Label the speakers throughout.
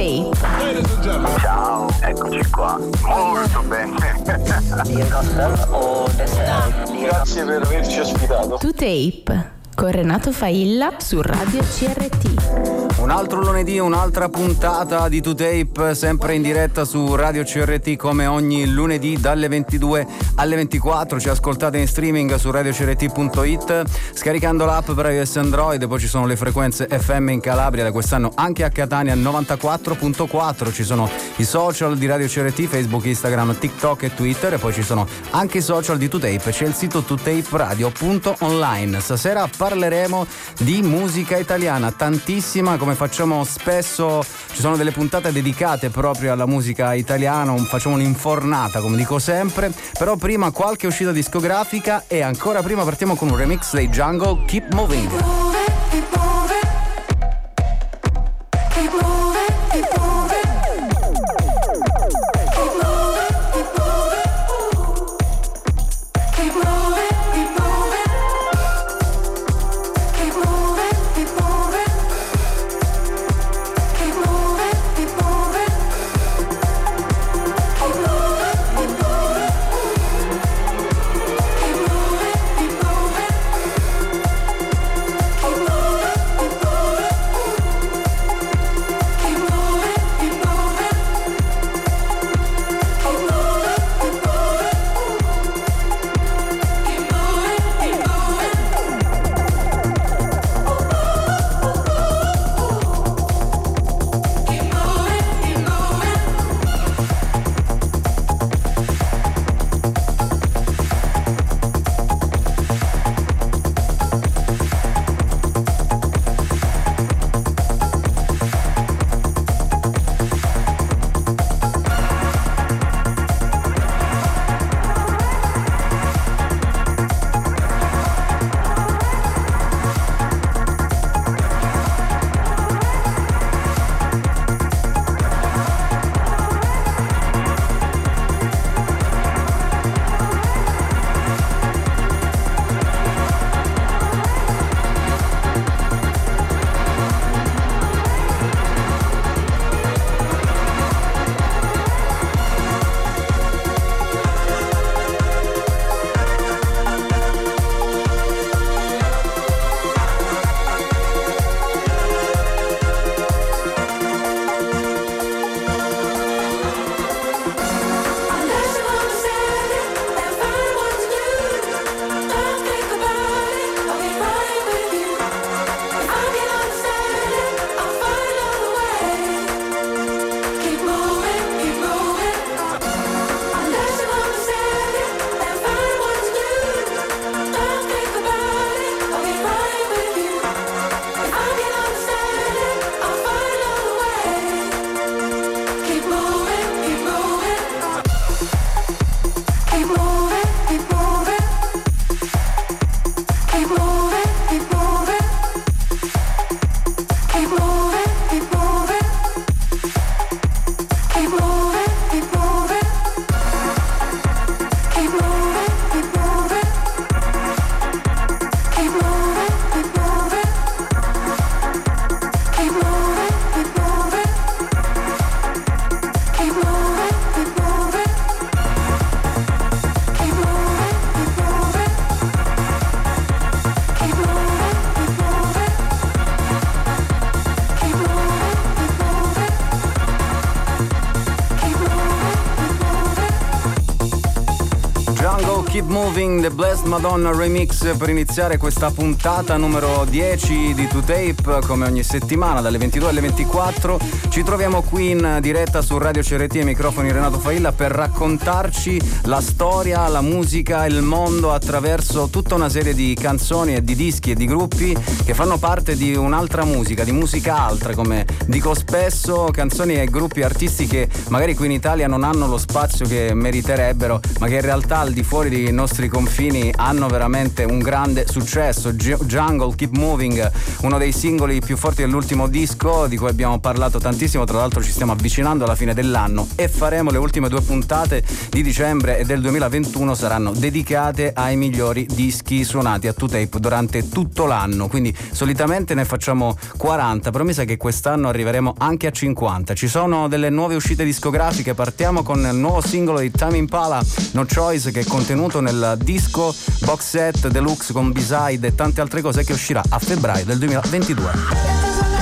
Speaker 1: Tape.
Speaker 2: Ciao, eccoci qua. Molto bene. Grazie per averci ospitato.
Speaker 1: To Tape con Renato Failla su Radio CRT.
Speaker 3: Un altro lunedì, un'altra puntata di To Tape, sempre in diretta su Radio CRT come ogni lunedì dalle 22 alle 24. Ci ascoltate in streaming su radiocrt.it, scaricando l'app per iOS e Android. Poi ci sono le frequenze FM in Calabria, da quest'anno anche a Catania 94.4. Ci sono i social di Radio CRT, Facebook, Instagram, TikTok e Twitter, e poi ci sono anche i social di To Tape. C'è il sito totaperadio.online. Stasera parleremo di musica italiana, tantissima, come facciamo spesso. Ci sono delle puntate dedicate proprio alla musica italiana, facciamo un'infornata come dico sempre. Però prima qualche uscita discografica, e ancora prima partiamo con un remix dei Jungle, Keep Moving. Keep Moving, The Blessed Madonna Remix, per iniziare questa puntata numero 10 di To Tape. Come ogni settimana dalle 22 alle 24 ci troviamo qui in diretta su Radio CRT, ai microfoni Renato Failla, per raccontarci la storia, la musica, il mondo attraverso tutta una serie di canzoni e di dischi e di gruppi che fanno parte di un'altra musica, di musica altra, come dico spesso, canzoni e gruppi, artisti che magari qui in Italia non hanno lo spazio che meriterebbero, ma che in realtà al di fuori di i nostri confini hanno veramente un grande successo. Jungle, Keep Moving, uno dei singoli più forti dell'ultimo disco di cui abbiamo parlato tantissimo. Tra l'altro ci stiamo avvicinando alla fine dell'anno e faremo le ultime 2 puntate di dicembre e del 2021 saranno dedicate ai migliori dischi suonati a 2Tape durante tutto l'anno, quindi solitamente ne facciamo 40, però mi sa che quest'anno arriveremo anche a 50. Ci sono delle nuove uscite discografiche, partiamo con il nuovo singolo di Tame Impala, No Choice, che è contenuto nel disco box set deluxe con B-side e tante altre cose, che uscirà a febbraio del 2022.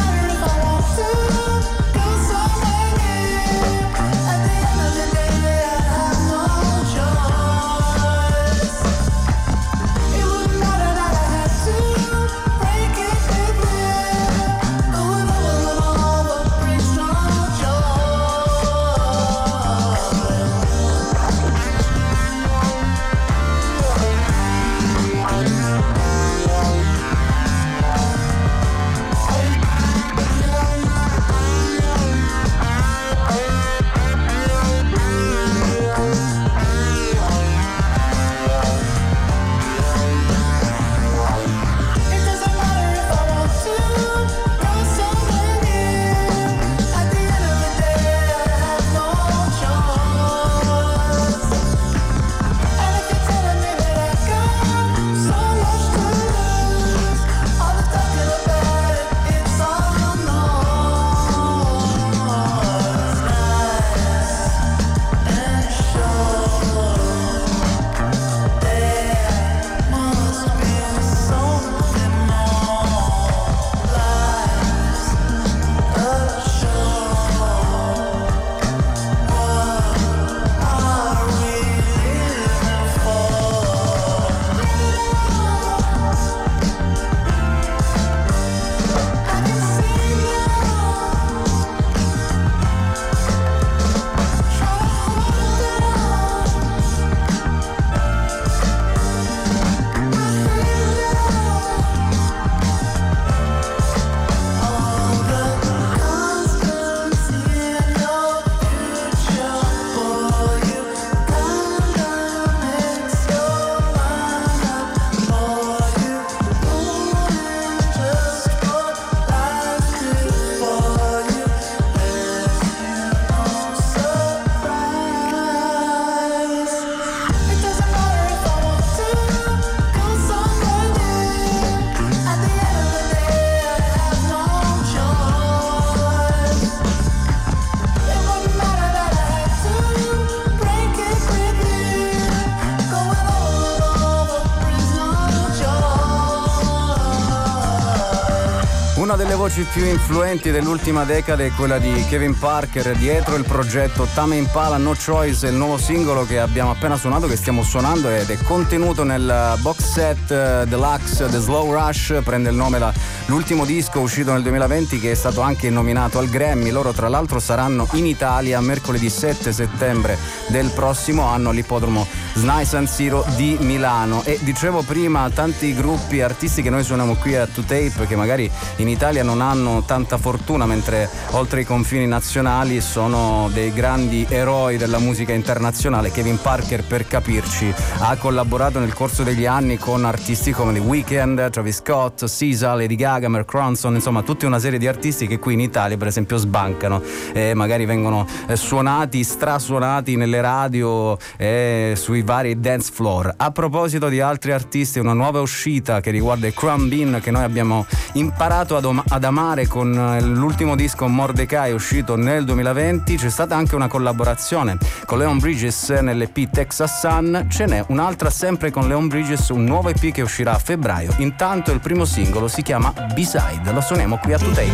Speaker 3: Una delle voci più influenti dell'ultima decade è quella di Kevin Parker, dietro il progetto Tame Impala, No Choice, il nuovo singolo che abbiamo appena suonato, che stiamo suonando, ed è contenuto nel box set deluxe The Slow Rush, prende il nome l'ultimo disco uscito nel 2020, che è stato anche nominato al Grammy. Loro tra l'altro saranno in Italia mercoledì 7 settembre del prossimo anno all'ippodromo SNAI San Siro di Milano. E dicevo prima, tanti gruppi artisti che noi suoniamo qui a 2Tape che magari in Italia non hanno tanta fortuna, mentre oltre i confini nazionali sono dei grandi eroi della musica internazionale. Kevin Parker, per capirci, ha collaborato nel corso degli anni con artisti come The Weeknd, Travis Scott, SZA, Lady Gaga, Mark Ronson, insomma tutta una serie di artisti che qui in Italia per esempio sbancano e magari vengono suonati, strasuonati nelle radio e sui vari dance floor. A proposito di altri artisti, una nuova uscita che riguarda i Crumb Bean, che noi abbiamo imparato ad amare con l'ultimo disco Mordecai uscito nel 2020. C'è stata anche una collaborazione con Leon Bridges nell'EP Texas Sun, ce n'è un'altra sempre con Leon Bridges, un nuovo EP che uscirà a febbraio. Intanto il primo singolo si chiama B-Side, lo suoniamo qui a 2Tape.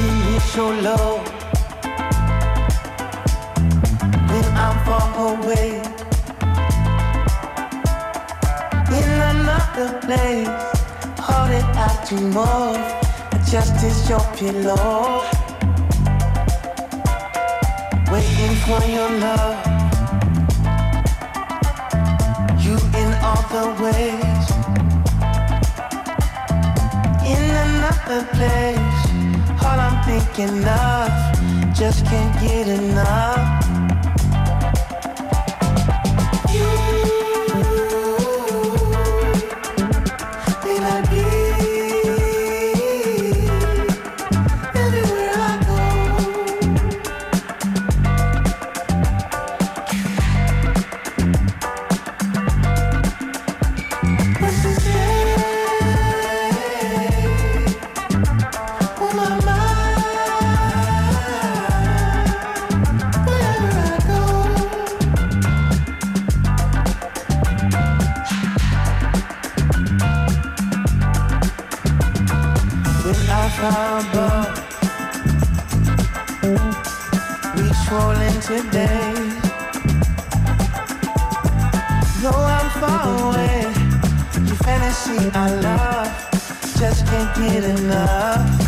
Speaker 4: Just as your pillow, waiting for your love. You in all the ways, in another place. All I'm thinking of, just can't get enough. You rolling today. Though I'm far away, your fantasy I love, just can't get enough.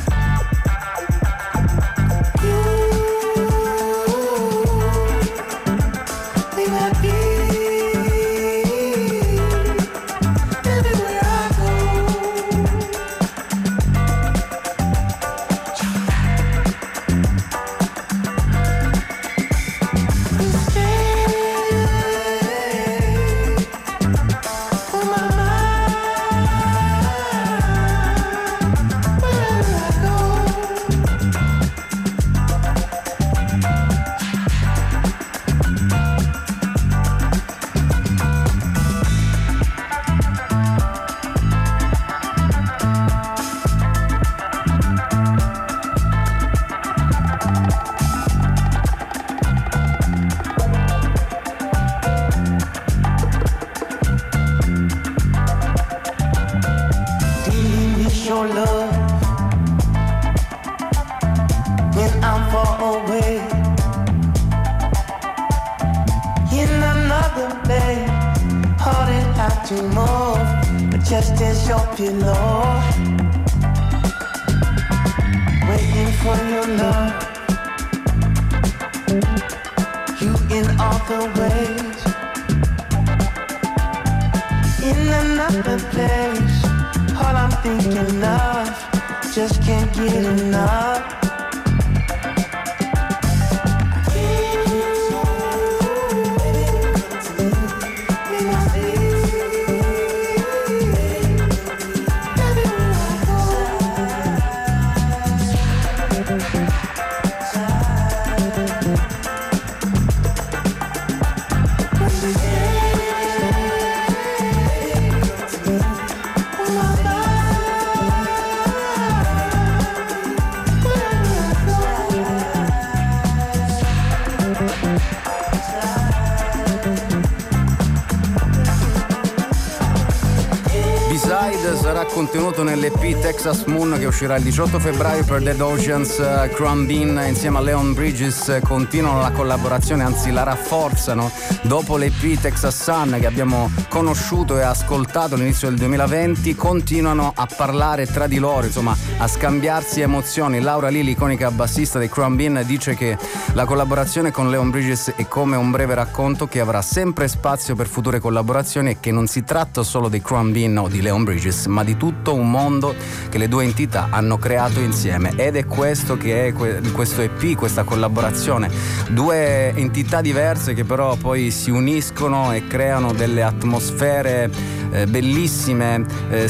Speaker 3: Sarà contenuto nell'EP Texas Moon che uscirà il 18 febbraio per Dead Oceans. Crum Bean insieme a Leon Bridges continuano la collaborazione, anzi la rafforzano. Dopo l'EP Texas Sun che abbiamo conosciuto e ascoltato all'inizio del 2020, continuano a parlare tra di loro, insomma a scambiarsi emozioni. Laura Lee, l'iconica bassista dei Crum Bean, dice che la collaborazione con Leon Bridges è come un breve racconto che avrà sempre spazio per future collaborazioni e che non si tratta solo dei Crum Bean o di Leon Bridges, ma di tutto un mondo che le due entità hanno creato insieme. Ed è questo che è questo EP, questa collaborazione, due entità diverse che però poi si uniscono e creano delle atmosfere bellissime,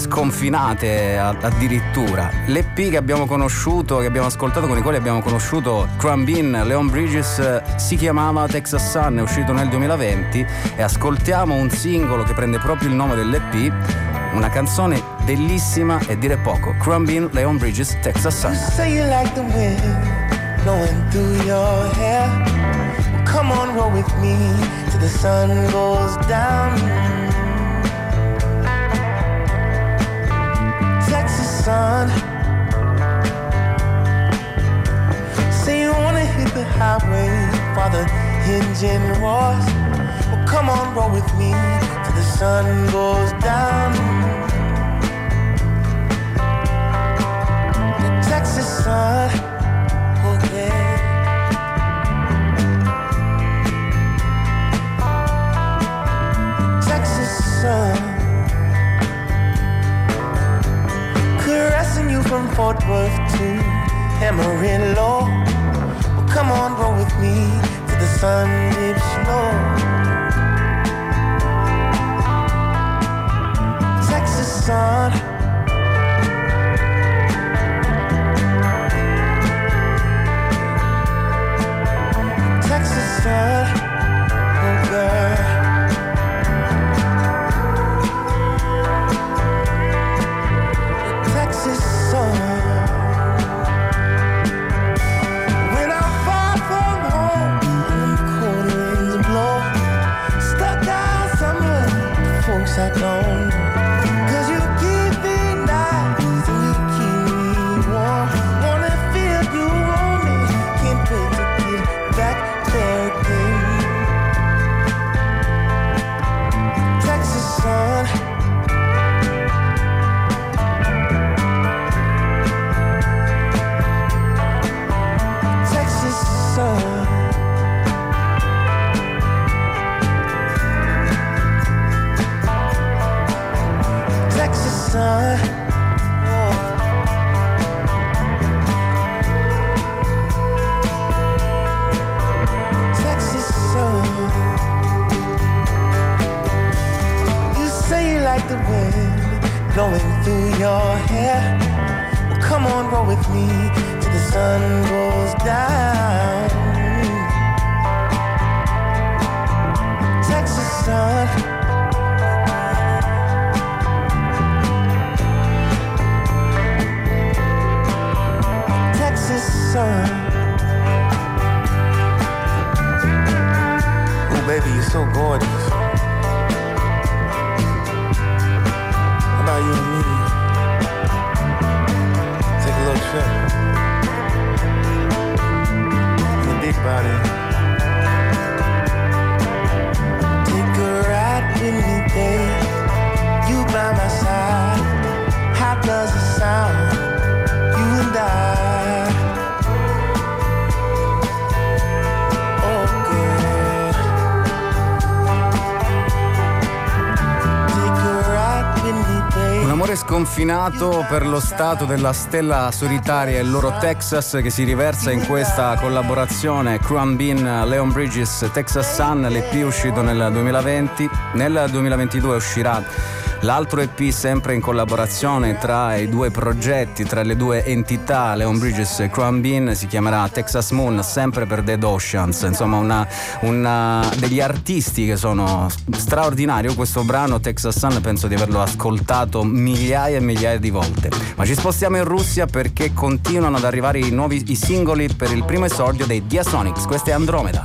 Speaker 3: sconfinate addirittura. L'EP che abbiamo conosciuto, che abbiamo ascoltato, con i quali abbiamo conosciuto Crum Bean, Leon Bridges, si chiamava Texas Sun, è uscito nel 2020 e ascoltiamo un singolo che prende proprio il nome dell'EP, una canzone bellissima e dire poco. Crum Bean, Leon Bridges, Texas Sun.
Speaker 4: Say you like the wind blowing through your hair. Well, come on, roll with me till the sun goes down. Texas sun. Say you wanna hit the highway while the engine roars. Well, come on, roll with me till the sun goes down. The Texas sun, oh yeah. Texas sun, caressing you from Fort Worth to Amarillo. Well, come on, roll with me till the sun dips low. Texas sun, Texas sun, oh girl. Texas sun. When I'm far from home and the cold winds blow, stuck down somewhere, the folks I don't know. 'Cause you keep me nice and you keep me warm. Wanna feel you on me, can't wait to get back through your hair. Well, come on, roll with me till the sun goes down. Texas sun. Texas sun. Oh, baby, you're so gorgeous. How about you and me? Take a little trip in the big body. Take a ride with me, babe. You by my side. How does it sound? You and I. Oh, girl. Take a ride with me, babe.
Speaker 3: Un amore sconfinato per lo stato della stella solitaria, il loro Texas, che si riversa in questa collaborazione Cruan Bean, Leon Bridges, Texas Sun, l'EP uscito nel 2020. Nel 2022 uscirà l'altro EP sempre in collaborazione tra i due progetti, tra le due entità, Leon Bridges e Cruan Bean, si chiamerà Texas Moon, sempre per Dead Oceans. Insomma, degli artisti che sono straordinari. Questo brano Texas Sun penso di averlo ascoltato migliaia e migliaia di volte. Ma ci spostiamo in Russia perché continuano ad arrivare i singoli per il primo esordio dei Diasonics. Questa è Andromeda.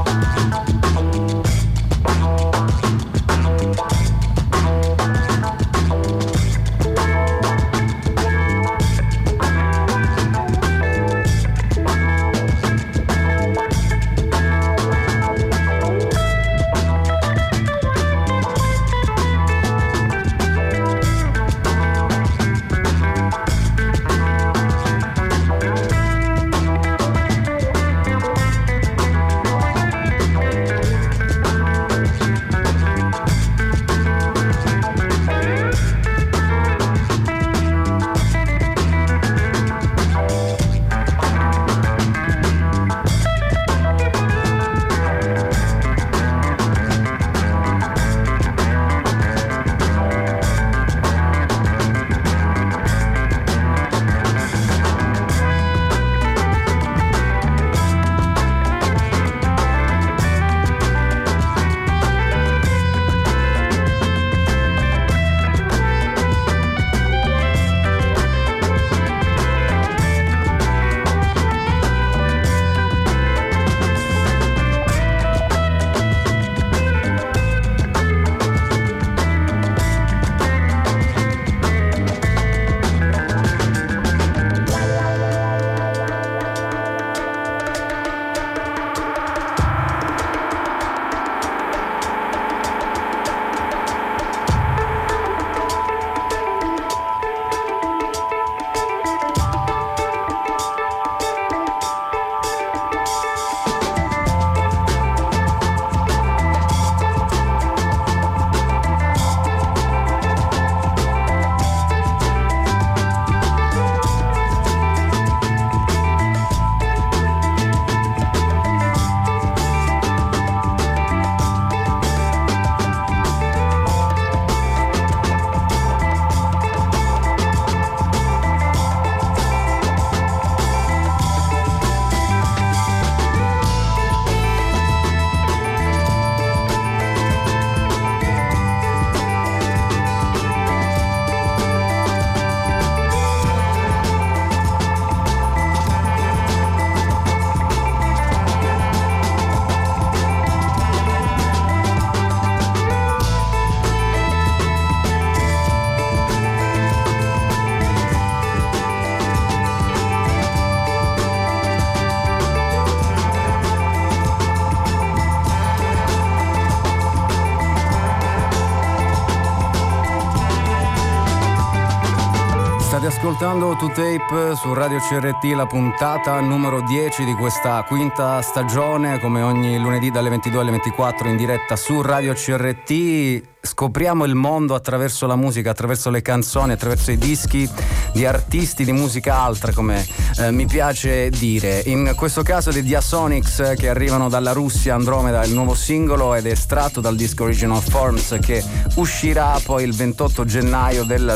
Speaker 3: ascoltando 2Tape su Radio CRT, la puntata numero 10 di questa quinta stagione, come ogni lunedì dalle 22 alle 24 in diretta su Radio CRT. scopriamo il mondo attraverso la musica, attraverso le canzoni, attraverso i dischi di artisti di musica altra, come mi piace dire. In questo caso di Diasonics, che arrivano dalla Russia. Andromeda è il nuovo singolo ed è estratto dal disco Original Forms, che uscirà poi il 28 gennaio del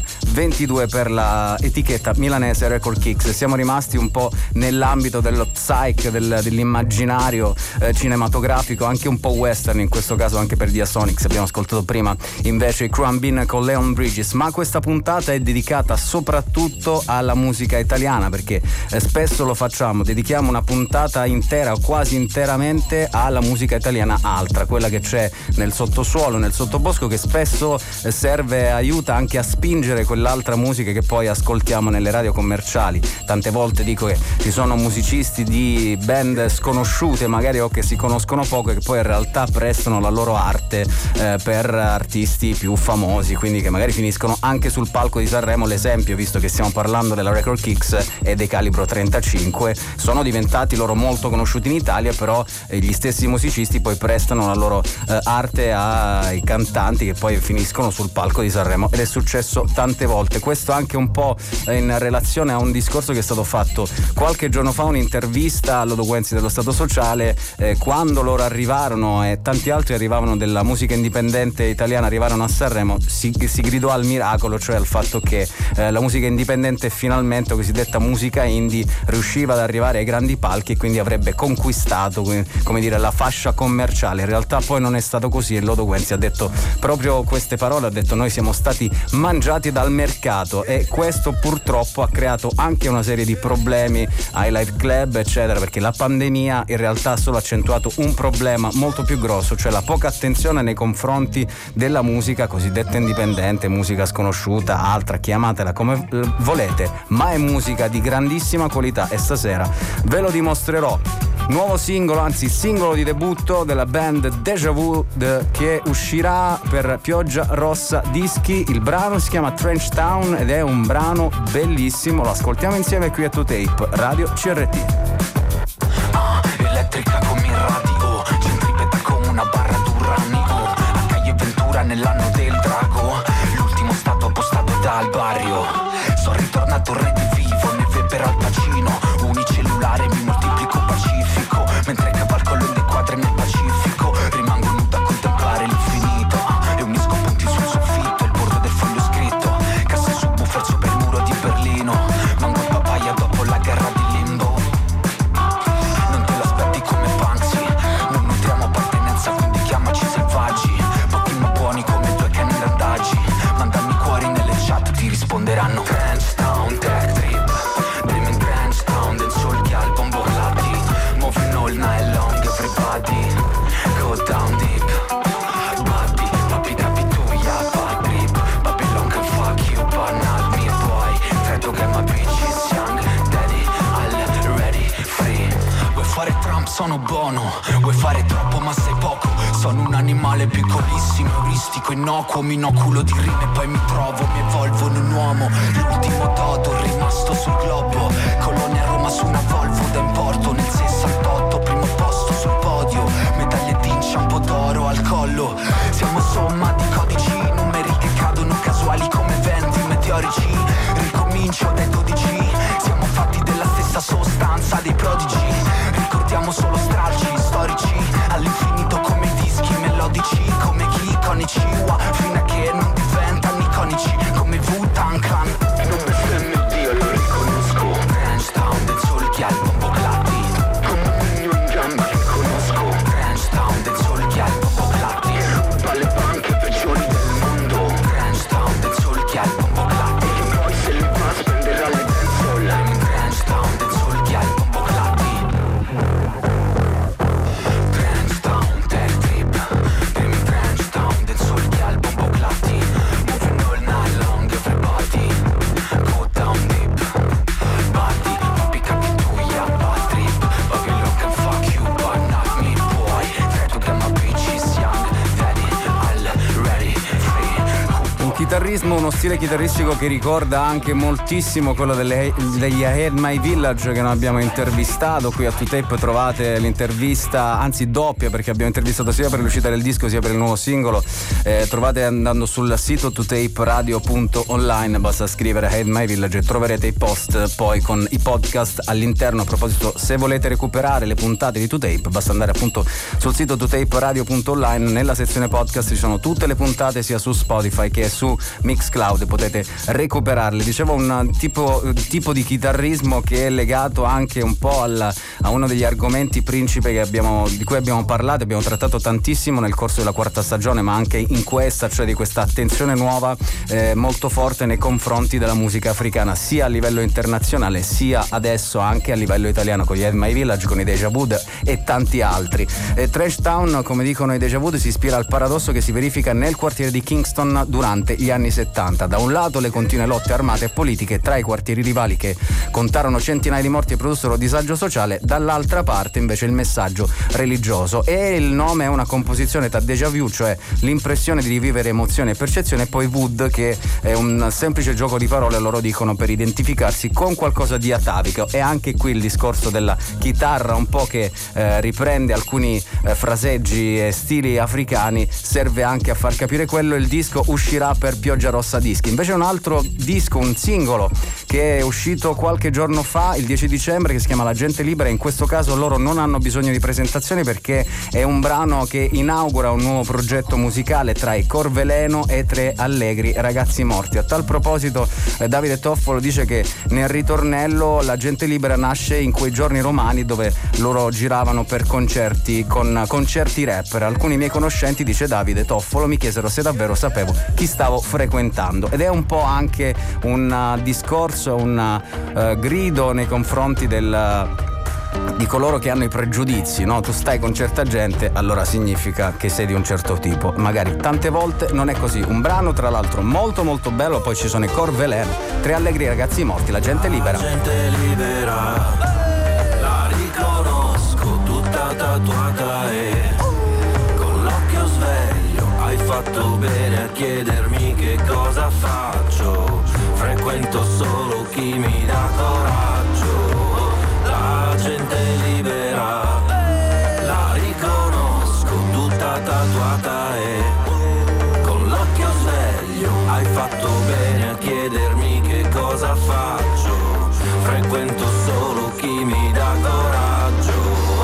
Speaker 3: 2022 per la etichetta milanese Record Kicks. Siamo rimasti un po' nell'ambito dello psych, dell'immaginario cinematografico, anche un po' western in questo caso, anche per Diasonics. Abbiamo ascoltato prima invece i Crumbin con Leon Bridges, ma questa puntata è dedicata soprattutto alla musica italiana, perché spesso lo facciamo, dedichiamo una puntata intera o quasi interamente alla musica italiana altra, quella che c'è nel sottosuolo, nel sottobosco, che spesso serve, aiuta anche a spingere quell'altra musica che poi ascoltiamo nelle radio commerciali. Tante volte dico che ci sono musicisti di band sconosciute magari, o che si conoscono poco, e che poi in realtà prestano la loro arte per artisti più famosi, quindi che magari finiscono anche sul palco di Sanremo. L'esempio, visto che stiamo parlando della Record Kicks e dei Calibro 35, sono diventati loro molto conosciuti in Italia, però gli stessi musicisti poi prestano la loro arte ai cantanti che poi finiscono sul palco di Sanremo, ed è successo tante volte. Questo anche un po' in relazione a un discorso che è stato fatto qualche giorno fa, un'intervista a Lodo Guenzi dello Stato Sociale, quando loro arrivarono e tanti altri arrivavano della musica indipendente italiana, arrivarono a Sanremo, si gridò al miracolo, cioè al fatto che la musica indipendente finalmente, cosiddetta musica indie, riusciva ad arrivare ai grandi palchi e quindi avrebbe conquistato, come dire, la fascia commerciale. In realtà poi non è stato così, e Lodo Guenzi ha detto proprio queste parole, ha detto: noi siamo stati mangiati dal mercato, e questo purtroppo ha creato anche una serie di problemi ai live club eccetera, perché la pandemia in realtà ha solo accentuato un problema molto più grosso, cioè la poca attenzione nei confronti della musica cosiddetta indipendente, musica sconosciuta, altra, chiamatela come volete, ma è musica di grandissima qualità, e stasera ve lo dimostrerò. Nuovo singolo, anzi singolo di debutto della band Deja Vu, che uscirà per Pioggia Rossa Dischi. Il brano si chiama Trench Town ed è un brano bellissimo, lo ascoltiamo insieme qui a 2Tape Radio CRT.
Speaker 5: Elettrica come il radio, centripeta come una barra d'uranio, a Caio Ventura nell'anno del drago, l'ultimo stato appostato dal barrio. Sono ritornato redivivo, neve per Al Pacino, unicellulare mi moltiplico pacifico, mentre cavalco le quadre nel Pacifico, rimango nudo a contemplare l'infinito, e unisco punti sul soffitto, il bordo del foglio scritto, casse subwoofer sopra il muro di Berlino, mango e papaya dopo la guerra di Limbo. Non te l'aspetti come Banksy, non nutriamo appartenenza, quindi chiamaci selvaggi, pochi ma buoni come due cani randaggi, mandami cuori nelle chat, ti risponderanno. Trench Town, Tech Trip, Dreaming Trench Town, del solchi al bombo lati, moving all night long, everybody, go down deep. Papi capi tu, yeah, bad trip, Babylon can fuck you, but not me, boy. Credo che my bitch is young, daddy, all ready, free. Vuoi fare Trump, sono buono, vuoi fare troppo ma sei poco, sono un animale piccolissimo, euristico, innocuo, mi inoculo di rime, poi mi trovo, mi evolvo in un uomo, l'ultimo dodo rimasto sul globo, colonia Roma su una Volvo da importo, nel 68, primo posto sul podio, medaglie di inciampo d'oro al collo, siamo somma di codici, numeri che cadono casuali come venti meteorici, ricomincio dai 12, siamo fatti della stessa sostanza dei prodigi, ricordiamo solo stralci storici, all'infinito come i dischi melodici, come chi iconici, fino a che non diventano iconici, come Wu-Tang Clan. Non bestemmio Dio, lo riconosco. Trench Town, del solchi al bombo classico.
Speaker 3: chitarrismo, uno stile chitarristico che ricorda anche moltissimo quello degli Ahead My Village, che noi abbiamo intervistato. Qui a 2Tape trovate l'intervista, anzi doppia, perché abbiamo intervistato sia per l'uscita del disco sia per il nuovo singolo. Trovate andando sul sito 2taperadio.online, basta scrivere Ahead My Village e troverete i post poi con i podcast all'interno. A proposito, se volete recuperare le puntate di 2Tape, basta andare appunto sul sito 2taperadio.online. Nella sezione podcast ci sono tutte le puntate sia su Spotify che su Mixcloud, potete recuperarle. Dicevo, un tipo di chitarrismo che è legato anche un po' a uno degli argomenti principe di cui abbiamo parlato, abbiamo trattato tantissimo nel corso della quarta stagione, ma anche in questa, cioè di questa attenzione nuova molto forte nei confronti della musica africana, sia a livello internazionale sia adesso anche a livello italiano, con gli Ahead My Village, con i Deja Vu e tanti altri. Trash Town, come dicono i Deja Vu, si ispira al paradosso che si verifica nel quartiere di Kingston durante gli anni 70. Da un lato le continue lotte armate e politiche tra i quartieri rivali che contarono centinaia di morti e produssero disagio sociale, dall'altra parte invece il messaggio religioso. E il nome è una composizione tra déjà vu, cioè l'impressione di rivivere emozioni e percezioni, e poi wood, che è un semplice gioco di parole, loro dicono, per identificarsi con qualcosa di atavico. E anche qui il discorso della chitarra un po' che riprende alcuni fraseggi e stili africani serve anche a far capire quello. Il disco uscirà per Pioggia Rossa Dischi. Invece un altro disco, un singolo che è uscito qualche giorno fa, il 10 dicembre, che si chiama La Gente Libera. In questo caso loro non hanno bisogno di presentazioni, perché è un brano che inaugura un nuovo progetto musicale tra i Corveleno e Tre Allegri Ragazzi Morti. A tal proposito Davide Toffolo dice che nel ritornello La Gente Libera nasce in quei giorni romani dove loro giravano per concerti con concerti rapper. Alcuni miei conoscenti, dice Davide Toffolo, mi chiesero se davvero sapevo chi stavo frequentando, ed è un po' anche un discorso, un grido nei confronti di coloro che hanno i pregiudizi, no? Tu stai con certa gente, allora significa che sei di un certo tipo. Magari tante volte non è così. Un brano tra l'altro molto molto bello, poi ci sono i Corveleno, Tre Allegri Ragazzi Morti, La Gente Libera.
Speaker 6: La gente libera, la riconosco tutta tatuata e con l'occhio sveglio hai fatto bene a chiedermi che cosa faccio. Frequento solo chi mi dà coraggio. La gente libera, la riconosco tutta tatuata e con l'occhio sveglio hai fatto bene a chiedermi che cosa faccio. Frequento solo chi mi dà coraggio.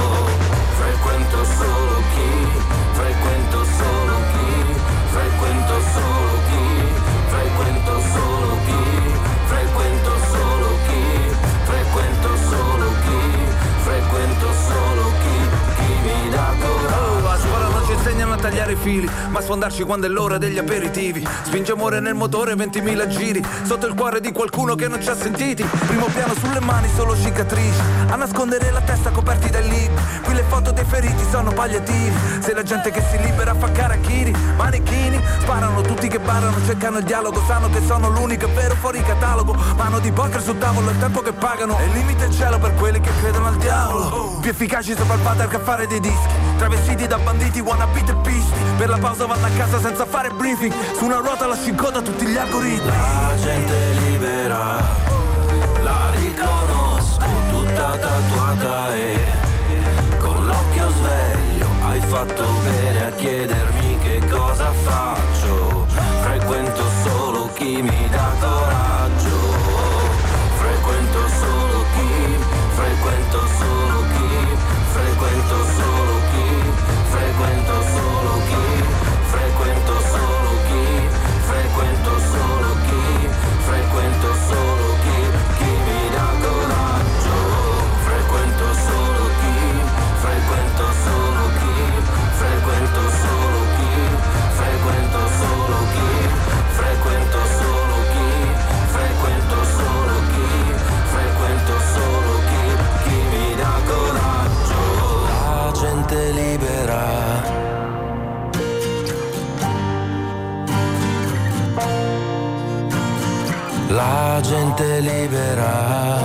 Speaker 6: Frequento solo chi, frequento solo chi, frequento solo chi, frequento solo chi, frequento solo chi, frequento solo chi, frequento solo chi mi dà coraggio.
Speaker 7: A scuola non ci insegnano a tagliare i fili, ma a sfondarci quando è l'ora degli aperitivi. Spinge amore nel motore, 20.000 giri, sotto il cuore di qualcuno che non ci ha sentiti. Primo piano sulle mani, solo cicatrici, a nascondere la testa coperti dai libri. Qui le foto dei feriti sono palliativi. Se la gente che si libera fa carachiri, manichini, sparano tutti che barano, cercano il dialogo, sanno che sono l'unico e vero fuori catalogo. Mano di poker sul tavolo, il tempo che pagano, e il limite è il cielo per quelli che credono al diavolo. Più efficaci sopra il padre che a fare dei dischi, travestiti da banditi, wannabe teppisti. Per la pausa vanno a casa senza fare briefing, su una ruota la scincoda tutti gli algoritmi.
Speaker 6: La gente libera, la riconosco tutta tatuata e con l'occhio sveglio hai fatto bene a chiedermi che cosa faccio. Frequento solo chi mi dà coraggio. Frequento solo chi, frequento solo chi, frequento solo chi, frequento solo chi, frequento solo chi, frequento solo chi, frequento solo chi mi dà coraggio. Frequento solo chi, frequento solo chi, frequento solo chi, frequento solo chi, frequento solo chi, frequento solo chi, frequento solo chi mi dà coraggio. La gente libera. La gente libera.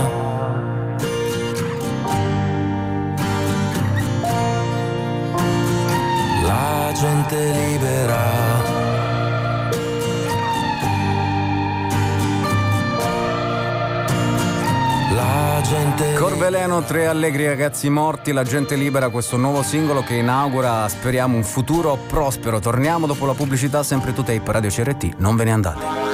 Speaker 6: La gente libera. gente
Speaker 3: Corveleno, tre allegri ragazzi morti, la gente libera, questo nuovo singolo che inaugura, speriamo, un futuro prospero. Torniamo dopo la pubblicità, sempre 2Tape Radio CRT, non ve ne andate.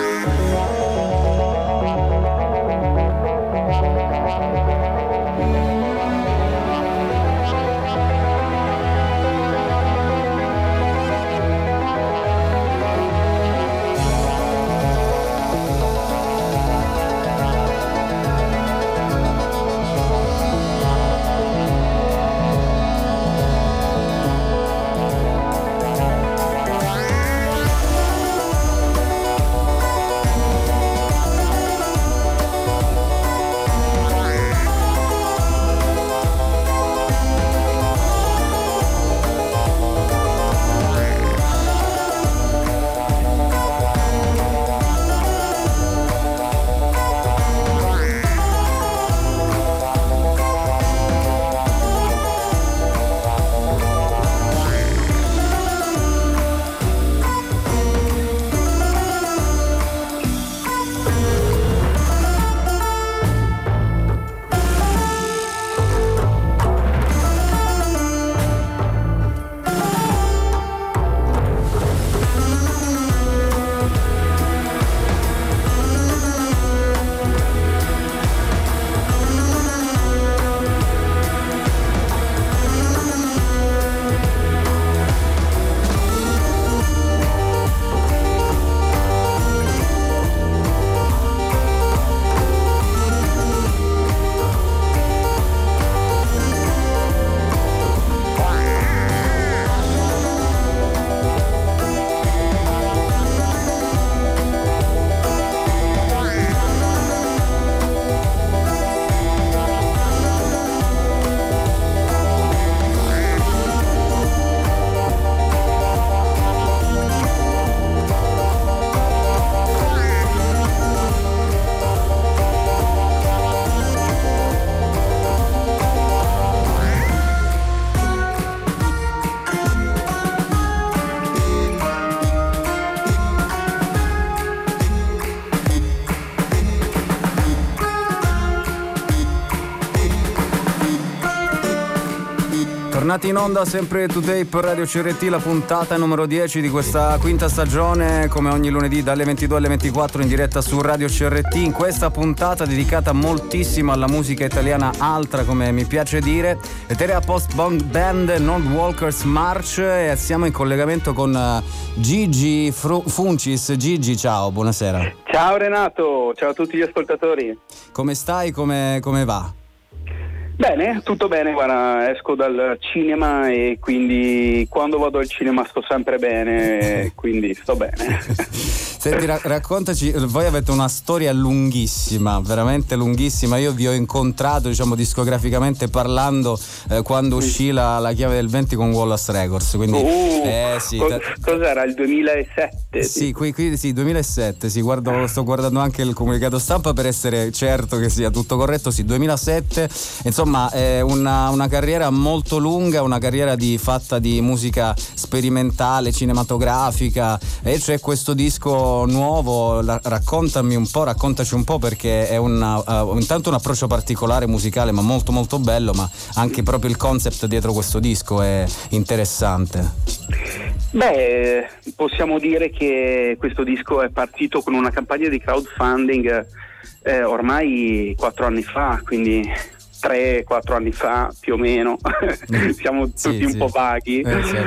Speaker 3: Tornati in onda sempre 2Tape Radio CRT, la puntata numero 10 di questa quinta stagione, come ogni lunedì dalle 22 alle 24 in diretta su Radio CRT. In questa puntata dedicata moltissimo alla musica italiana altra, come mi piace dire, Eterea Post-Punk Band Non Walkers March, e siamo in collegamento con Gigi Funcis. Gigi, ciao, buonasera.
Speaker 8: Ciao Renato, ciao a tutti gli ascoltatori.
Speaker 3: Come stai? Come va?
Speaker 8: Bene, tutto bene, guarda, esco dal cinema e quindi quando vado al cinema sto sempre bene, quindi sto bene.
Speaker 3: Senti, raccontaci, voi avete una storia lunghissima, veramente lunghissima. Io vi ho incontrato, diciamo, discograficamente parlando, quando uscì la Chiave del 20 con Wallace Records, quindi sì,
Speaker 8: cos'era, il 2007?
Speaker 3: Sì, qui sì, 2007, sì, sto guardando anche il comunicato stampa per essere certo che sia tutto corretto, sì, 2007. Insomma, è una carriera molto lunga, una carriera fatta di musica sperimentale, cinematografica, e c'è questo disco nuovo. Raccontaci un po', perché è intanto un approccio particolare musicale, ma molto molto bello, ma anche proprio il concept dietro questo disco è interessante.
Speaker 8: Beh, possiamo dire che questo disco è partito con una campagna di crowdfunding ormai 4 anni fa, quindi 3-4 anni fa più o meno, siamo tutti un po' vaghi,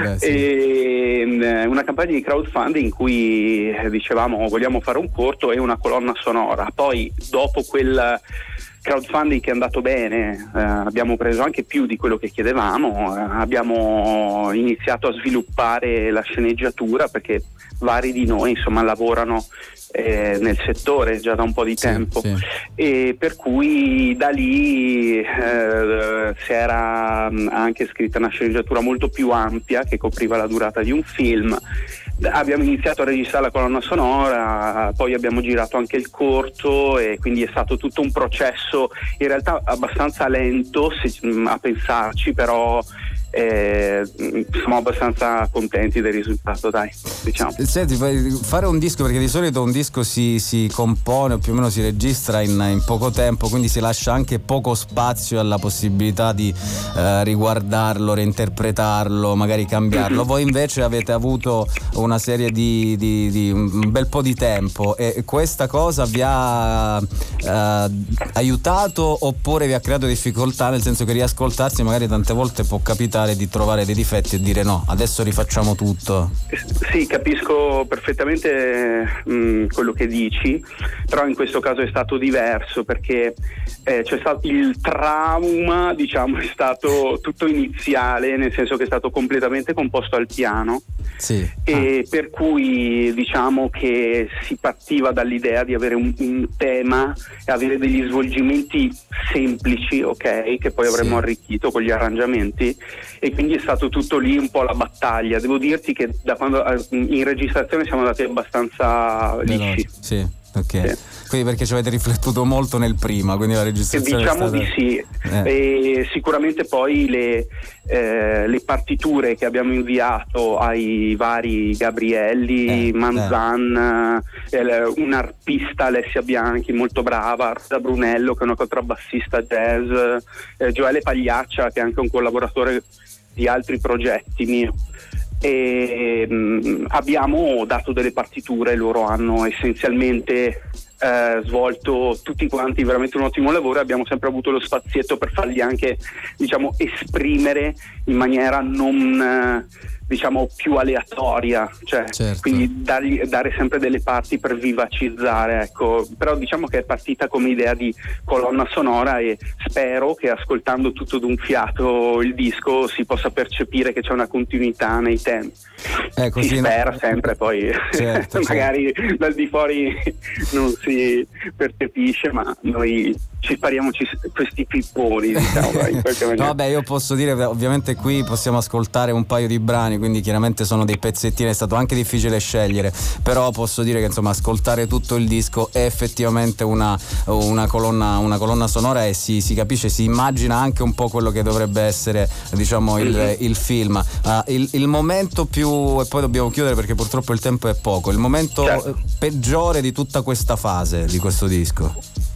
Speaker 8: e una campagna di crowdfunding in cui dicevamo vogliamo fare un corto e una colonna sonora. Poi dopo quel crowdfunding che è andato bene, abbiamo preso anche più di quello che chiedevamo, abbiamo iniziato a sviluppare la sceneggiatura, perché vari di noi insomma lavorano nel settore già da un po' di tempo, e per cui da lì si era anche scritta una sceneggiatura molto più ampia che copriva la durata di un film. Abbiamo iniziato a registrare la colonna sonora, poi abbiamo girato anche il corto, e quindi è stato tutto un processo in realtà abbastanza lento a pensarci, però siamo abbastanza contenti del risultato, dai, diciamo.
Speaker 3: Senti, fare un disco, perché di solito un disco si compone o più o meno si registra in poco tempo, quindi si lascia anche poco spazio alla possibilità di riguardarlo, reinterpretarlo, magari cambiarlo. Voi invece avete avuto una serie di un bel po' di tempo, e questa cosa vi ha aiutato oppure vi ha creato difficoltà, nel senso che riascoltarsi magari tante volte può capitare di trovare dei difetti e dire no, adesso rifacciamo tutto?
Speaker 8: Sì, capisco perfettamente quello che dici, però in questo caso è stato diverso, perché c'è stato il trauma, diciamo, è stato tutto iniziale, nel senso che è stato completamente composto al piano.
Speaker 3: Sì.
Speaker 8: E per cui diciamo che si partiva dall'idea di avere un tema e avere degli svolgimenti semplici, ok, che poi avremmo arricchito con gli arrangiamenti, e quindi è stato tutto lì un po' la battaglia. Devo dirti che da quando in registrazione siamo andati abbastanza lisci.
Speaker 3: Sì, ok.
Speaker 8: Sì.
Speaker 3: Quindi perché ci avete riflettuto molto nel prima, quindi la registrazione
Speaker 8: diciamo
Speaker 3: è stata...
Speaker 8: di sì. E sicuramente poi le partiture che abbiamo inviato ai vari Gabrielli, Manzan, un arpista, Alessia Bianchi molto brava, Rosa Brunello che è una contrabbassista jazz, Gioele Pagliaccia che è anche un collaboratore di altri progetti mio, e abbiamo dato delle partiture, loro hanno essenzialmente svolto tutti quanti veramente un ottimo lavoro, e abbiamo sempre avuto lo spazietto per farli anche, diciamo, esprimere in maniera non diciamo più aleatoria, cioè quindi dare sempre delle parti per vivacizzare, ecco. Però diciamo che è partita come idea di colonna sonora, e spero che ascoltando tutto d'un fiato il disco si possa percepire che c'è una continuità nei temi. Si spera sempre, poi magari dal di fuori non si percepisce, ma noi ci spariamo questi pipponi, diciamo, in qualche maniera.
Speaker 3: No, vabbè, io posso dire, ovviamente qui possiamo ascoltare un paio di brani, quindi chiaramente sono dei pezzettini, è stato anche difficile scegliere, però posso dire che insomma ascoltare tutto il disco è effettivamente una colonna sonora, e si capisce, si immagina anche un po' quello che dovrebbe essere, diciamo, il film. Il momento più, e poi dobbiamo chiudere perché purtroppo il tempo è poco, il momento peggiore di tutta questa fase di questo disco?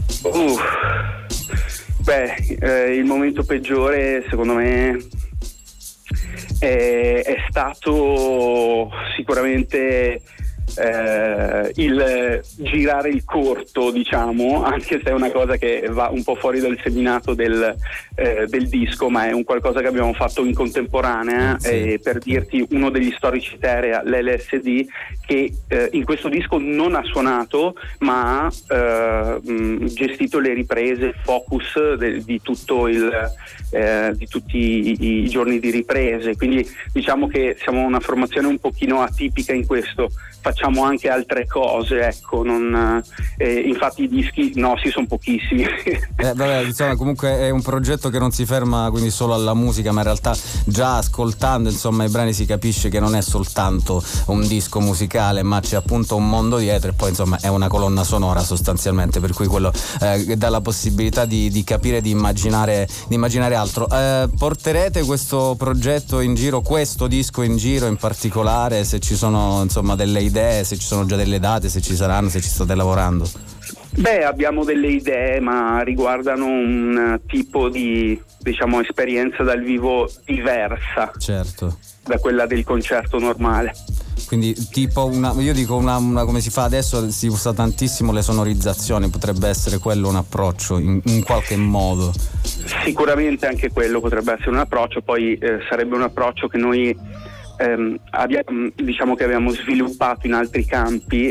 Speaker 8: Il momento peggiore secondo me è stato sicuramente il girare il corto, diciamo, anche se è una cosa che va un po' fuori dal seminato del disco, ma è un qualcosa che abbiamo fatto in contemporanea. Per dirti, uno degli storici Terea, l'LSD, che in questo disco non ha suonato, ma ha gestito le riprese, focus di tutto di tutti i giorni di riprese, quindi diciamo che siamo una formazione un pochino atipica in questo, facciamo anche altre cose, ecco, infatti i dischi nostri sono pochissimi.
Speaker 3: Insomma, comunque è un progetto che non si ferma quindi solo alla musica, ma in realtà già ascoltando insomma i brani si capisce che non è soltanto un disco musicale, ma c'è appunto un mondo dietro, e poi insomma è una colonna sonora sostanzialmente, per cui quello dà la possibilità di capire, di immaginare altro. Porterete questo progetto in giro, questo disco in giro in particolare, se ci sono insomma delle idee, se ci sono già delle date, se ci saranno, se ci state lavorando?
Speaker 8: Abbiamo delle idee, ma riguardano un tipo di, diciamo, esperienza dal vivo diversa da quella del concerto normale.
Speaker 3: Quindi tipo una come si fa adesso, si usa tantissimo le sonorizzazioni, potrebbe essere quello un approccio in qualche modo? Sicuramente anche quello potrebbe essere un approccio, poi sarebbe un approccio che noi
Speaker 8: diciamo che abbiamo sviluppato in altri campi.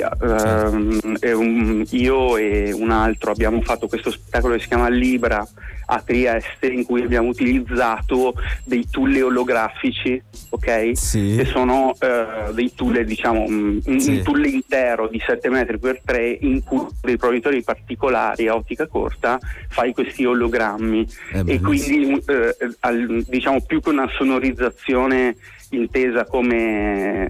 Speaker 8: Io e un altro abbiamo fatto questo spettacolo che si chiama Libra a Trieste, in cui abbiamo utilizzato dei tool olografici, ok? Che sono dei tool, diciamo un tool intero di 7 metri per 3 in cui dei proiettori particolari a ottica corta fai questi ologrammi, e quindi diciamo più che una sonorizzazione intesa come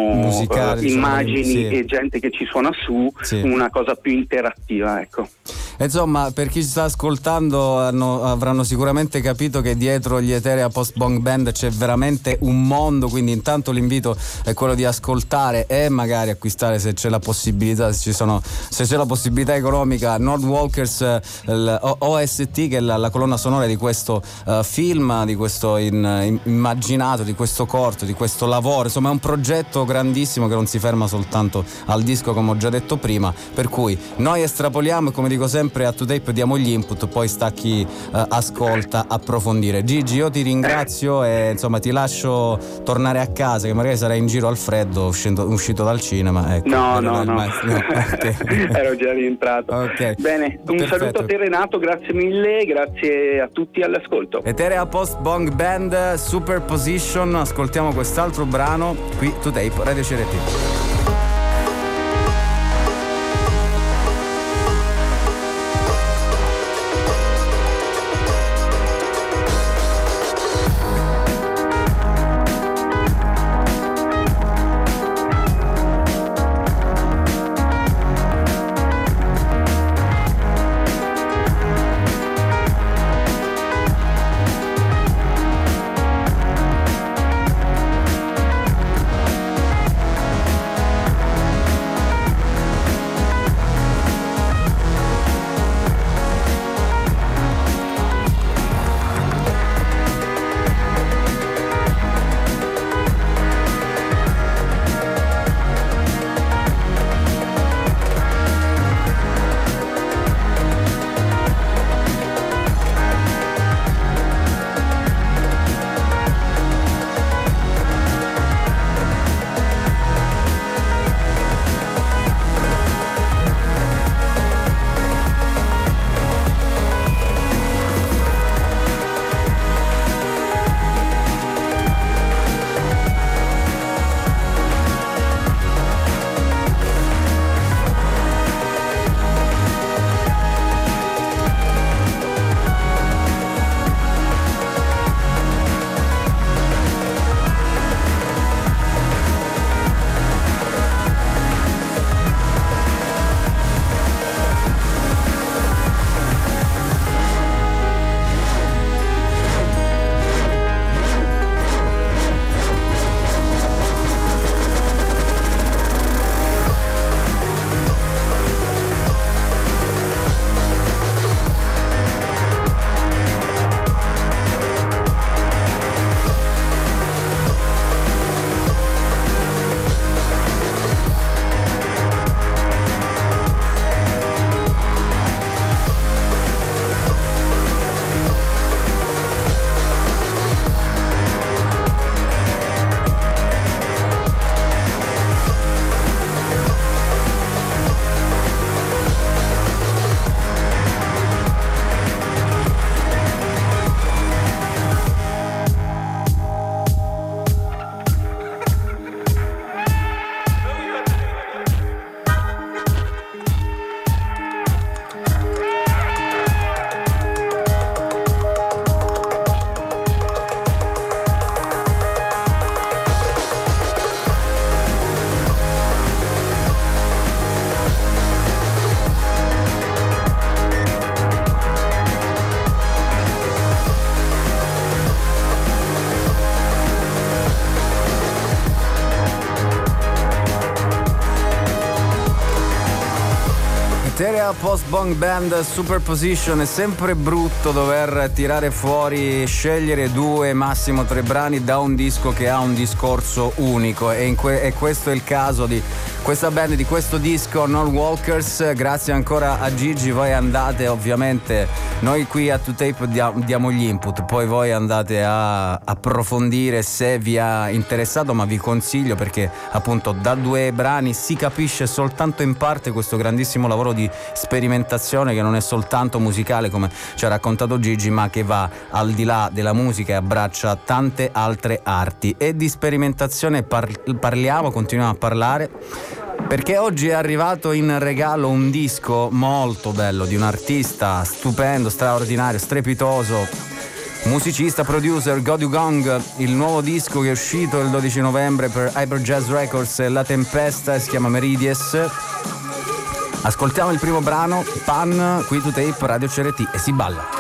Speaker 8: musicale, immagini e gente che ci suona su, una cosa più interattiva, ecco.
Speaker 3: Insomma, per chi ci sta ascoltando avranno sicuramente capito che dietro gli Eterea Post Punk Band c'è veramente un mondo, quindi intanto l'invito è quello di ascoltare e magari acquistare, se c'è la possibilità, se c'è la possibilità economica, Nordwalkers OST, che è la colonna sonora di questo film, di questo immaginato, di questo corto, di questo lavoro. Insomma, è un progetto grandissimo che non si ferma soltanto al disco, come ho già detto prima, per cui noi estrapoliamo e, come dico sempre, a 2Tape diamo gli input, poi sta chi ascolta approfondire. Gigi, io ti ringrazio e insomma ti lascio tornare a casa, che magari sarai in giro al freddo uscito dal cinema. Ecco,
Speaker 8: no.
Speaker 3: Okay.
Speaker 8: Ero già rientrato.
Speaker 3: Okay.
Speaker 8: Bene, un saluto a te Renato, grazie mille, grazie a tutti all'ascolto.
Speaker 3: Eterea Post Punk Band, Superposition, ascoltiamo quest'altro brano qui 2Tape Radio CRT. Eterea Post Punk Band, Superposition. È sempre brutto dover tirare fuori, scegliere 2, massimo 3 brani da un disco che ha un discorso unico, e questo è il caso di questa band, di questo disco, Nordwalkers. Grazie ancora a Gigi. Voi andate, ovviamente, noi qui a 2Tape diamo gli input, poi voi andate a approfondire se vi ha interessato, ma vi consiglio, perché appunto da 2 brani si capisce soltanto in parte questo grandissimo lavoro di sperimentazione, che non è soltanto musicale come ci ha raccontato Gigi, ma che va al di là della musica e abbraccia tante altre arti. E di sperimentazione continuiamo a parlare, perché oggi è arrivato in regalo un disco molto bello di un artista stupendo, straordinario, strepitoso, musicista, producer, Godu Gong. Il nuovo disco che è uscito il 12 novembre per Hyper Jazz Records, La Tempesta, si chiama Meridies. Ascoltiamo il primo brano, Pan, qui to Tape, Radio CRT, e si balla.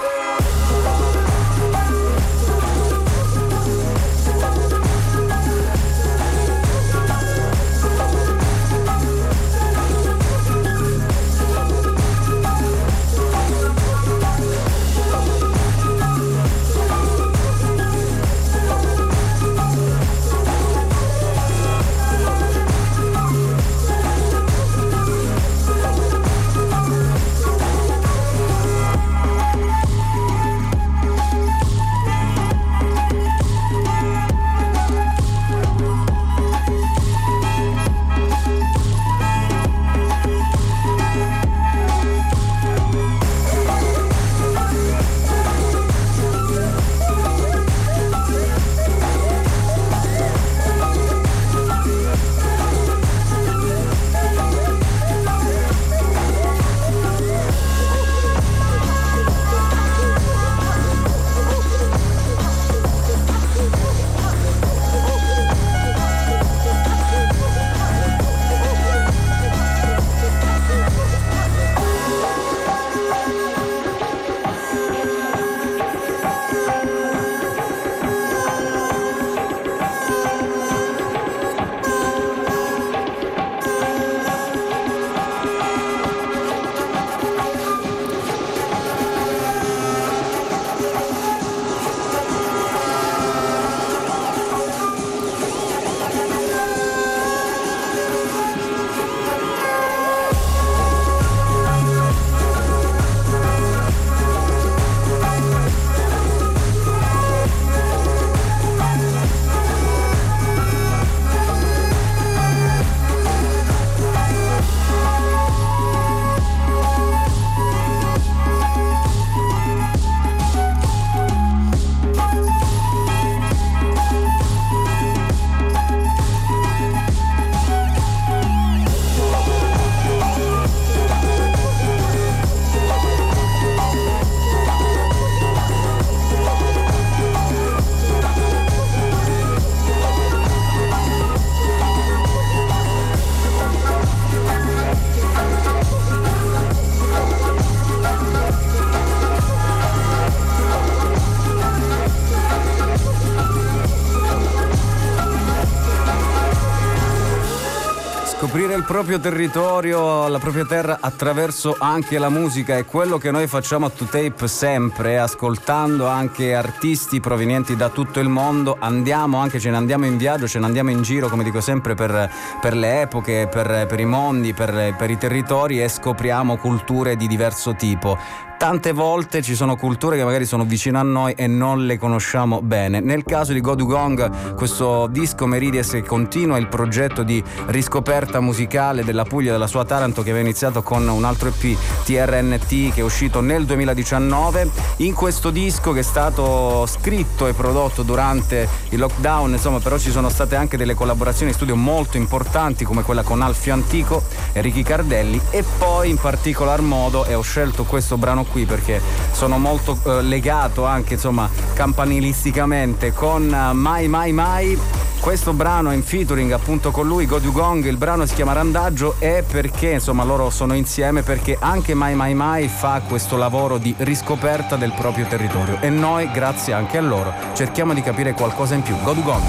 Speaker 3: Scoprire il proprio territorio, la propria terra attraverso anche la musica è quello che noi facciamo a To Tape sempre, ascoltando anche artisti provenienti da tutto il mondo. Ce ne andiamo in viaggio, ce ne andiamo in giro, come dico sempre, per le epoche, per i mondi, per i territori, e scopriamo culture di diverso tipo. Tante volte ci sono culture che magari sono vicine a noi e non le conosciamo bene. Nel caso di Godugong, questo disco Meridies, che continua il progetto di riscoperta musicale della Puglia, della sua Taranto, che aveva iniziato con un altro EP, TRNT, che è uscito nel 2019. In questo disco, che è stato scritto e prodotto durante il lockdown, insomma, però ci sono state anche delle collaborazioni in studio molto importanti, come quella con Alfio Antico e Ricky Cardelli, e poi in particolar modo, e ho scelto questo brano qui perché sono molto legato anche, insomma, campanilisticamente con Mai Mai Mai. Questo brano è in featuring appunto con lui, Godugong. Il brano si chiama Randaggio, e perché, insomma, loro sono insieme perché anche Mai Mai Mai fa questo lavoro di riscoperta del proprio territorio, e noi, grazie anche a loro, cerchiamo di capire qualcosa in più. Godugong.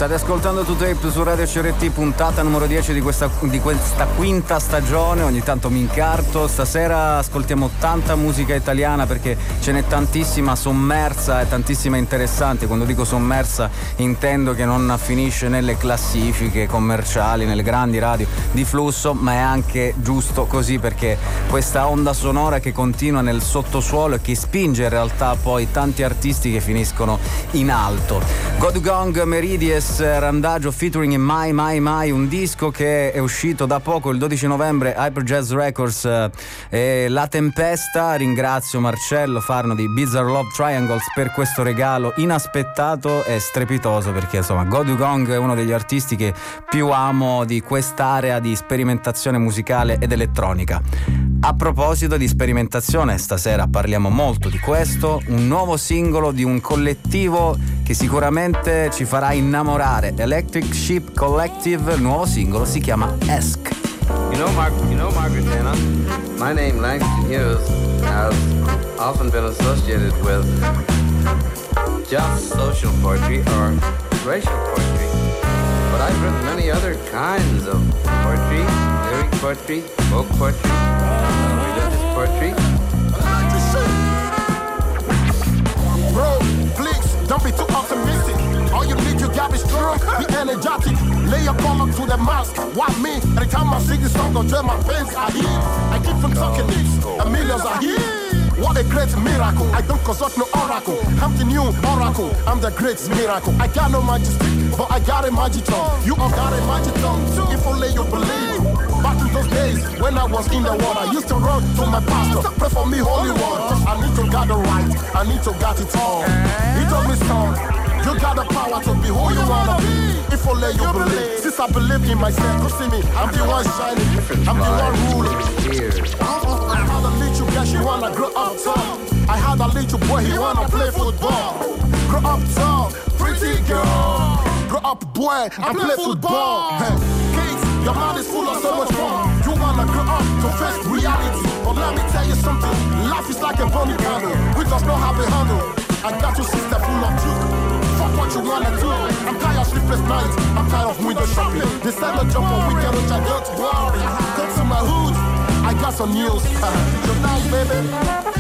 Speaker 3: State ascoltando 2Tape su Radio CRT, puntata numero 10 di questa quinta stagione. Ogni tanto mi incarto. Stasera ascoltiamo tanta musica italiana perché ce n'è tantissima sommersa e tantissima interessante. Quando dico sommersa intendo che non finisce nelle classifiche commerciali, nelle grandi radio di flusso, ma è anche giusto così, perché questa onda sonora che continua nel sottosuolo e che spinge in realtà poi tanti artisti che finiscono in alto. God Gong, Meridies, Randagio featuring My, un disco che è uscito da poco, il 12 novembre, Hyper Jazz Records, La Tempesta. Ringrazio Marcello Farno di Bizarre Love Triangles per questo regalo inaspettato e strepitoso, perché insomma God Gong è uno degli artisti che più amo di quest'area di sperimentazione musicale ed elettronica. A proposito di sperimentazione, stasera parliamo molto di questo, un nuovo singolo di un collettivo che sicuramente ci farà innamorare, Electric Sheep Collective. Il nuovo singolo si chiama Esk.
Speaker 9: You know, Margaret Dana, my name, Langston Hughes, has often been associated with just social poetry or racial poetry. But I've written many other kinds of poetry, lyric poetry, folk poetry, religious poetry.
Speaker 10: Bro, please, don't be too optimistic. All you need to get is strong, be energetic. Lay your collar to the mask. Why me? Every time I sing this song, I dread my pains are healed. I keep from talking this, and millions are healed. What a great miracle. I don't consult no oracle. I'm the new oracle. I'm the great miracle. I got no magic stick, but I got a magic tongue. You all got a magic tongue too. If only you believe. Back in those days when I was in the water, I used to run to my pastor. Pray for me, Holy One. I need to get it right. I need to get it all. He told me, son, you got the power to be who you wanna be. If only you believe. Since I believe in myself, you see me, I'm the one shining. I'm the one ruling. I had a little girl, she wanna grow up tall. I had a little boy, he wanna play football. Grow up tall, pretty girl. Grow up boy, and play football. Hey, kids, your mind is full of so much fun. You wanna grow up to face reality. But let me tell you something, life is like a bunny candle. We just don't have a handle. I got your sister full of juke. Fuck what you wanna do. I'm tired of sleepless nights. I'm tired of window shopping. They said no jump on weekend, which I don't worry. Come to my hood, I got some news. Good night, baby.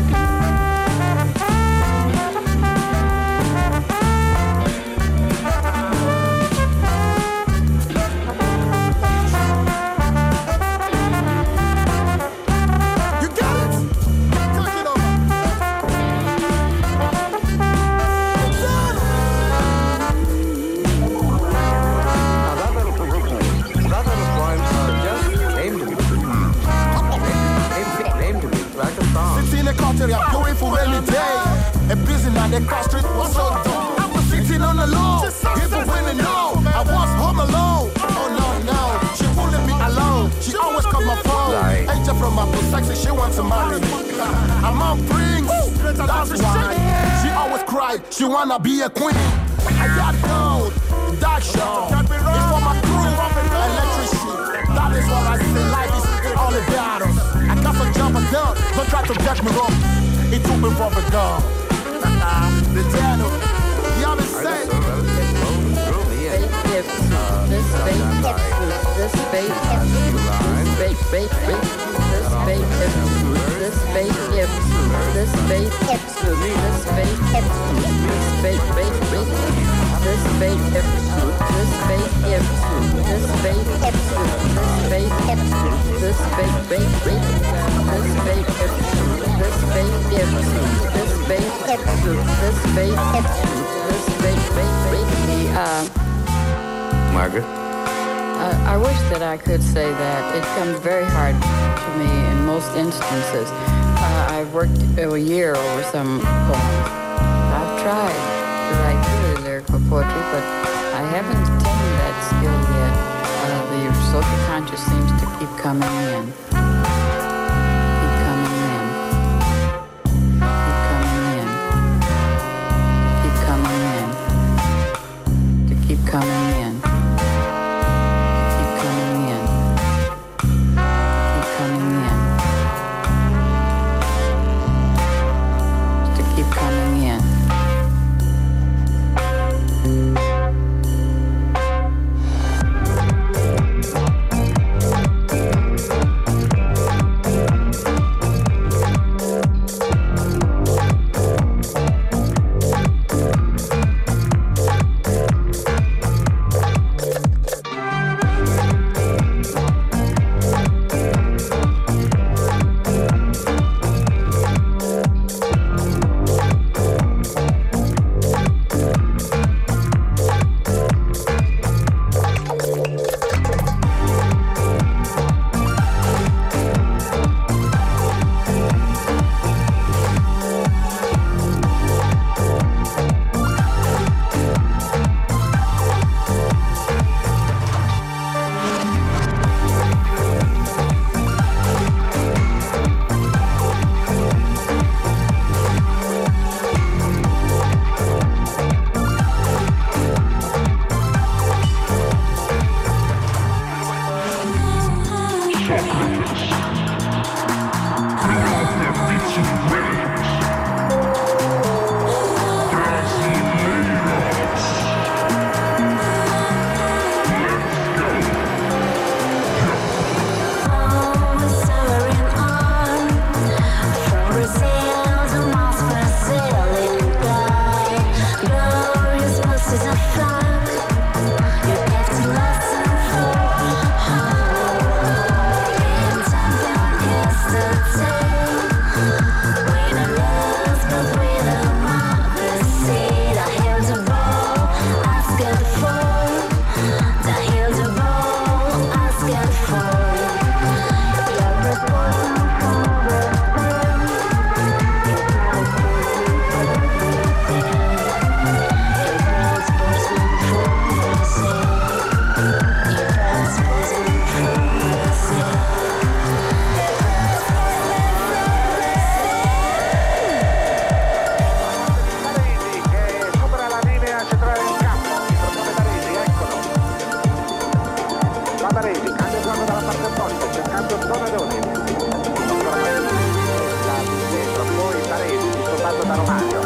Speaker 10: Going for any day. A busy night, the cross street was so dumb. I was sitting on the lawn, people winning no. I was home alone. Oh no, she wouldn't be alone. She always called my phone. Angel from my sexy, she wants to marry me. I'm on Prince, that's why. She always cried, she wanna be a queen. I got gold, dark show. It's for my crew, electricity. That is what I say, life is all about us. I got some job I done, don't try to get me wrong. It took me from a gun. The channel, you understand?
Speaker 9: Margaret?
Speaker 11: I wish that I could say that. It comes very hard to me in most instances. I've worked a year over some poems. I've tried to write really lyrical poetry, but I haven't attained that skill yet. The social conscious seems to keep coming in. Keep coming in. Keep coming in. To keep coming in.
Speaker 2: caro Mario.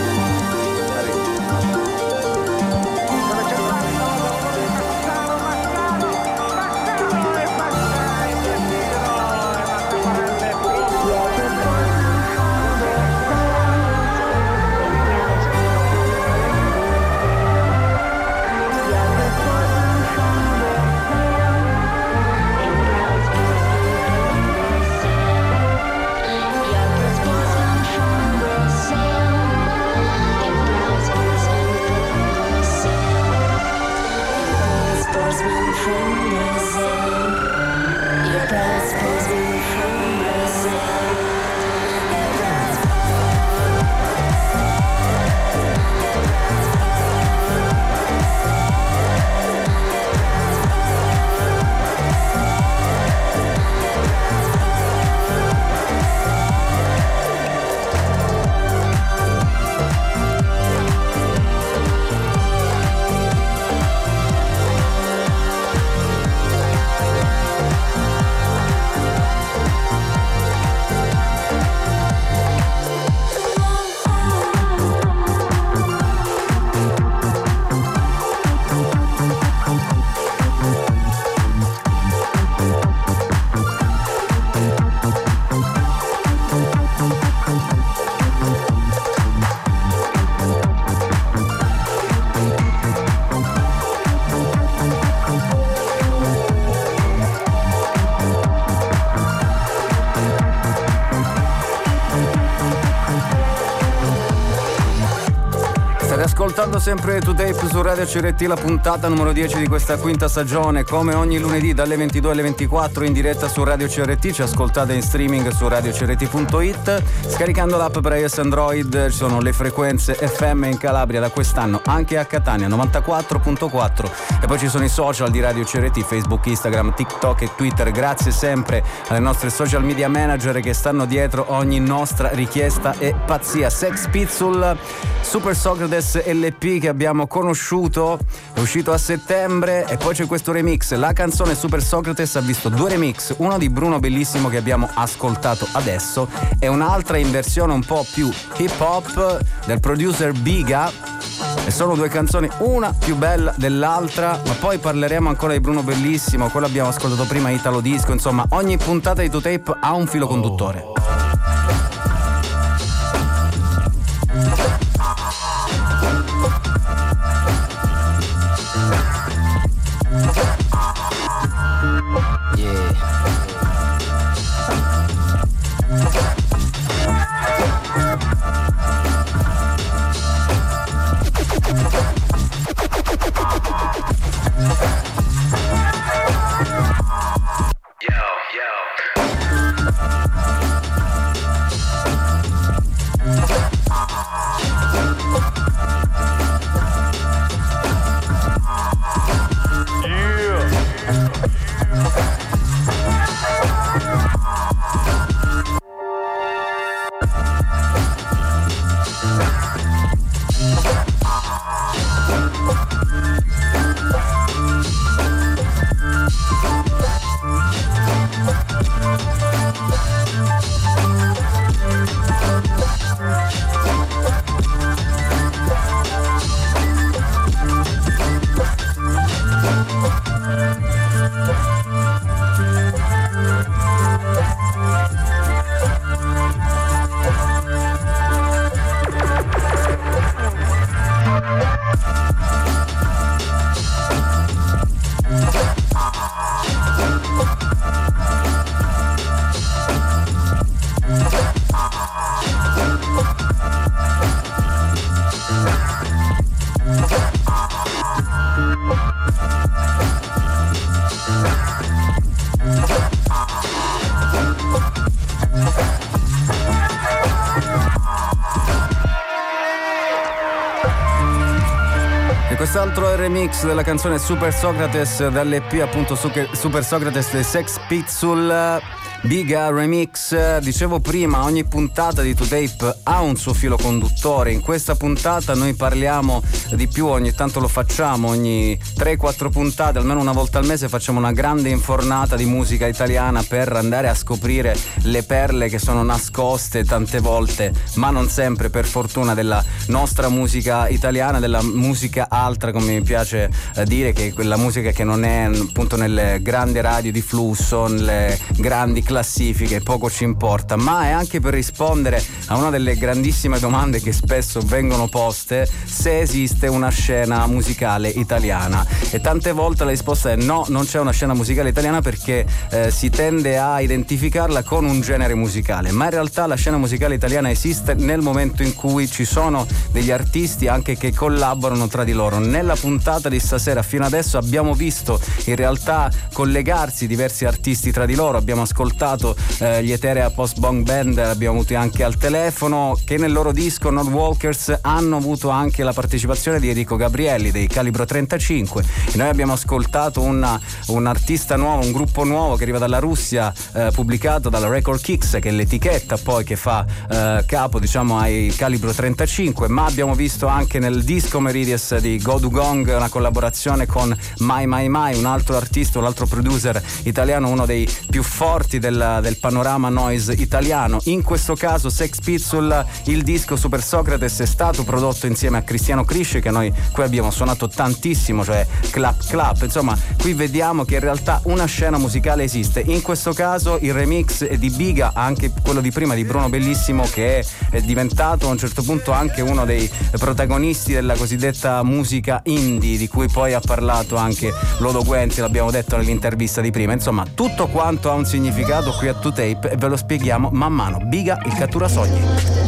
Speaker 3: Ascoltando sempre 2Tape su Radio CRT, la puntata numero 10 di questa quinta stagione, come ogni lunedì dalle 22 alle 24 in diretta su Radio CRT. Ci ascoltate in streaming su radiocrt.it, scaricando l'app per iOS Android. Ci sono le frequenze FM in Calabria da quest'anno, anche a Catania 94.4, e poi ci sono i social di Radio CRT, Facebook, Instagram, TikTok e Twitter. Grazie sempre alle nostre social media manager che stanno dietro ogni nostra richiesta e pazzia. Sex Pizzul, Super Socrates LP che abbiamo conosciuto, è uscito a settembre, e poi c'è questo remix. La canzone Super Socrates ha visto due remix, uno di Bruno Bellissimo che abbiamo ascoltato adesso e un'altra in versione un po' più hip hop del producer Biga, e sono due canzoni, una più bella dell'altra, ma poi parleremo ancora di Bruno Bellissimo, quello abbiamo ascoltato prima, Italo Disco. Insomma, ogni puntata di 2Tape ha un filo conduttore. Quest'altro è il remix della canzone Super Socrates dall'EP appunto Super Socrates dei Sex Pizzul. Biga Remix. Dicevo prima, ogni puntata di 2Tape ha un suo filo conduttore. In questa puntata noi parliamo di più, ogni tanto lo facciamo, ogni 3-4 puntate, almeno una volta al mese facciamo una grande infornata di musica italiana per andare a scoprire le perle che sono nascoste tante volte, ma non sempre per fortuna, della nostra musica italiana, della musica altra, come mi piace dire, che è quella musica che non è appunto nelle grandi radio di flusso, nelle grandi classifiche, poco ci importa, ma è anche per rispondere a una delle grandissime domande che spesso vengono poste: se esiste una scena musicale italiana. E tante volte la risposta è no, non c'è una scena musicale italiana, perché si tende a identificarla con un genere musicale, ma in realtà la scena musicale italiana esiste nel momento in cui ci sono degli artisti anche che collaborano tra di loro. Nella puntata di stasera fino adesso abbiamo visto in realtà collegarsi diversi artisti tra di loro, abbiamo ascoltato gli Etherea Post Punk Band, abbiamo avuti anche al telefono, che nel loro disco Not Walkers hanno avuto anche la partecipazione di Enrico Gabrielli dei Calibro 35, e noi abbiamo ascoltato un artista nuovo, un gruppo nuovo che arriva dalla Russia, pubblicato dalla Record Kicks, che è l'etichetta poi che fa capo diciamo ai Calibro 35, ma abbiamo visto anche nel disco Meridius di Godugong una collaborazione con Mai Mai Mai, un altro artista, un altro producer italiano, uno dei più forti del panorama noise italiano. In questo caso Sex Pistols, il disco Super Socrates è stato prodotto insieme a Cristiano Crisci, che noi qui abbiamo suonato tantissimo, cioè Clap Clap. Insomma, qui vediamo che in realtà una scena musicale esiste. In questo caso il remix è di Biga, anche quello di prima di Bruno Bellissimo, che è diventato a un certo punto anche uno dei protagonisti della cosiddetta musica indie, di cui poi ha parlato anche Lodo Guenzi, l'abbiamo detto nell'intervista di prima. Insomma, tutto quanto ha un significato qui a 2Tape e ve lo spieghiamo man mano. Biga, il cattura sogni.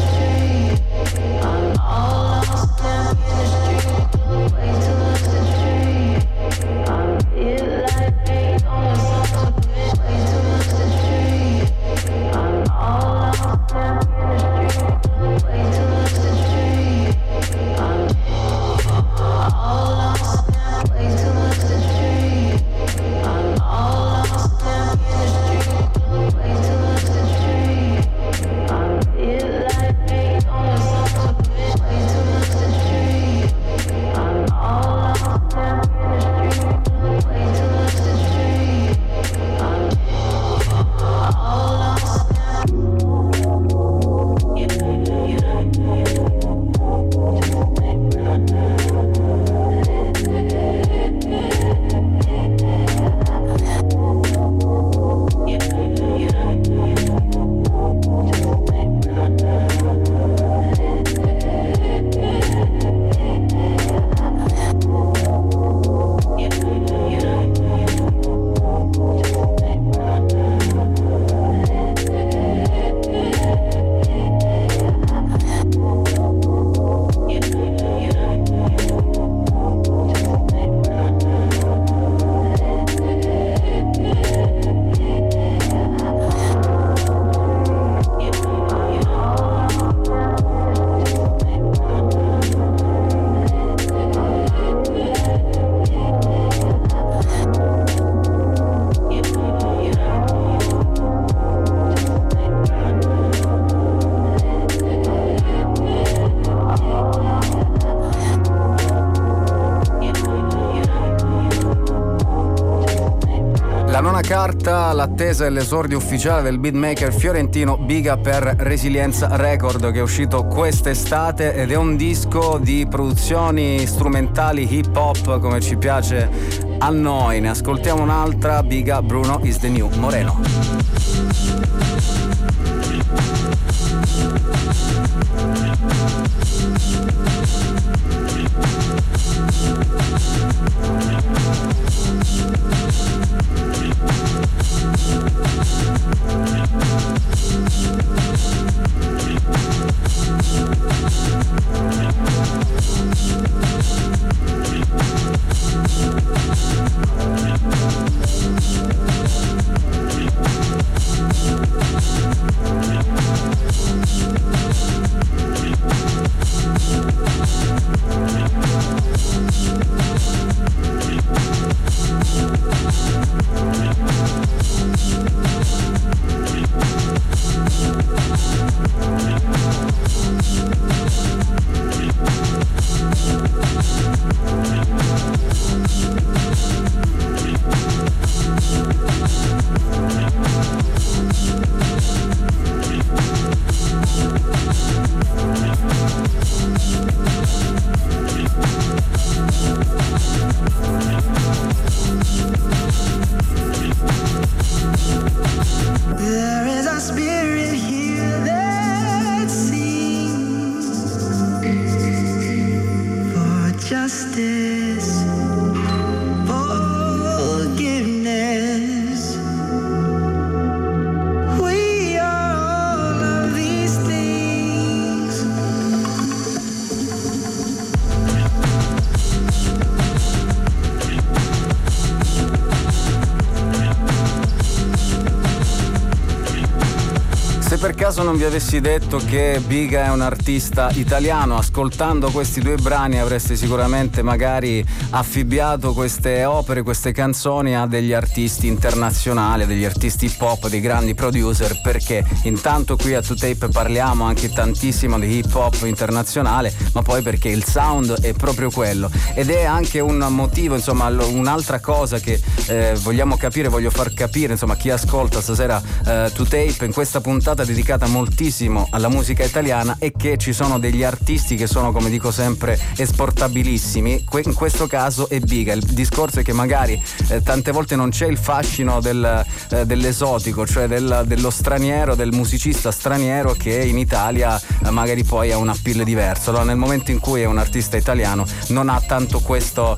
Speaker 3: Carta, l'attesa e l'esordio ufficiale del beatmaker fiorentino Biga per Resilienza Record, che è uscito quest'estate ed è un disco di produzioni strumentali hip hop come ci piace a noi. Ne ascoltiamo un'altra, Biga, Bruno is the New Moreno.
Speaker 12: justice, forgiveness. We are all of these things.
Speaker 3: Se per caso non vi avessi detto che Biga è un artista italiano, ascoltando questi due brani avreste sicuramente magari affibbiato queste opere, queste canzoni a degli artisti internazionali, degli artisti hip hop, dei grandi producer, perché intanto qui a 2Tape parliamo anche tantissimo di hip hop internazionale, ma poi perché il sound è proprio quello, ed è anche un motivo, insomma, un'altra cosa che vogliamo capire, voglio far capire, insomma, chi ascolta stasera 2Tape in questa puntata dedicata moltissimo alla musica italiana, è che ci sono degli artisti che sono, come dico sempre, esportabilissimi. In questo caso è Biga. Il discorso è che magari tante volte non c'è il fascino dell'esotico, cioè dello straniero, del musicista straniero, che in Italia magari poi ha un appeal diverso. Allora nel momento in cui è un artista italiano non ha tanto questa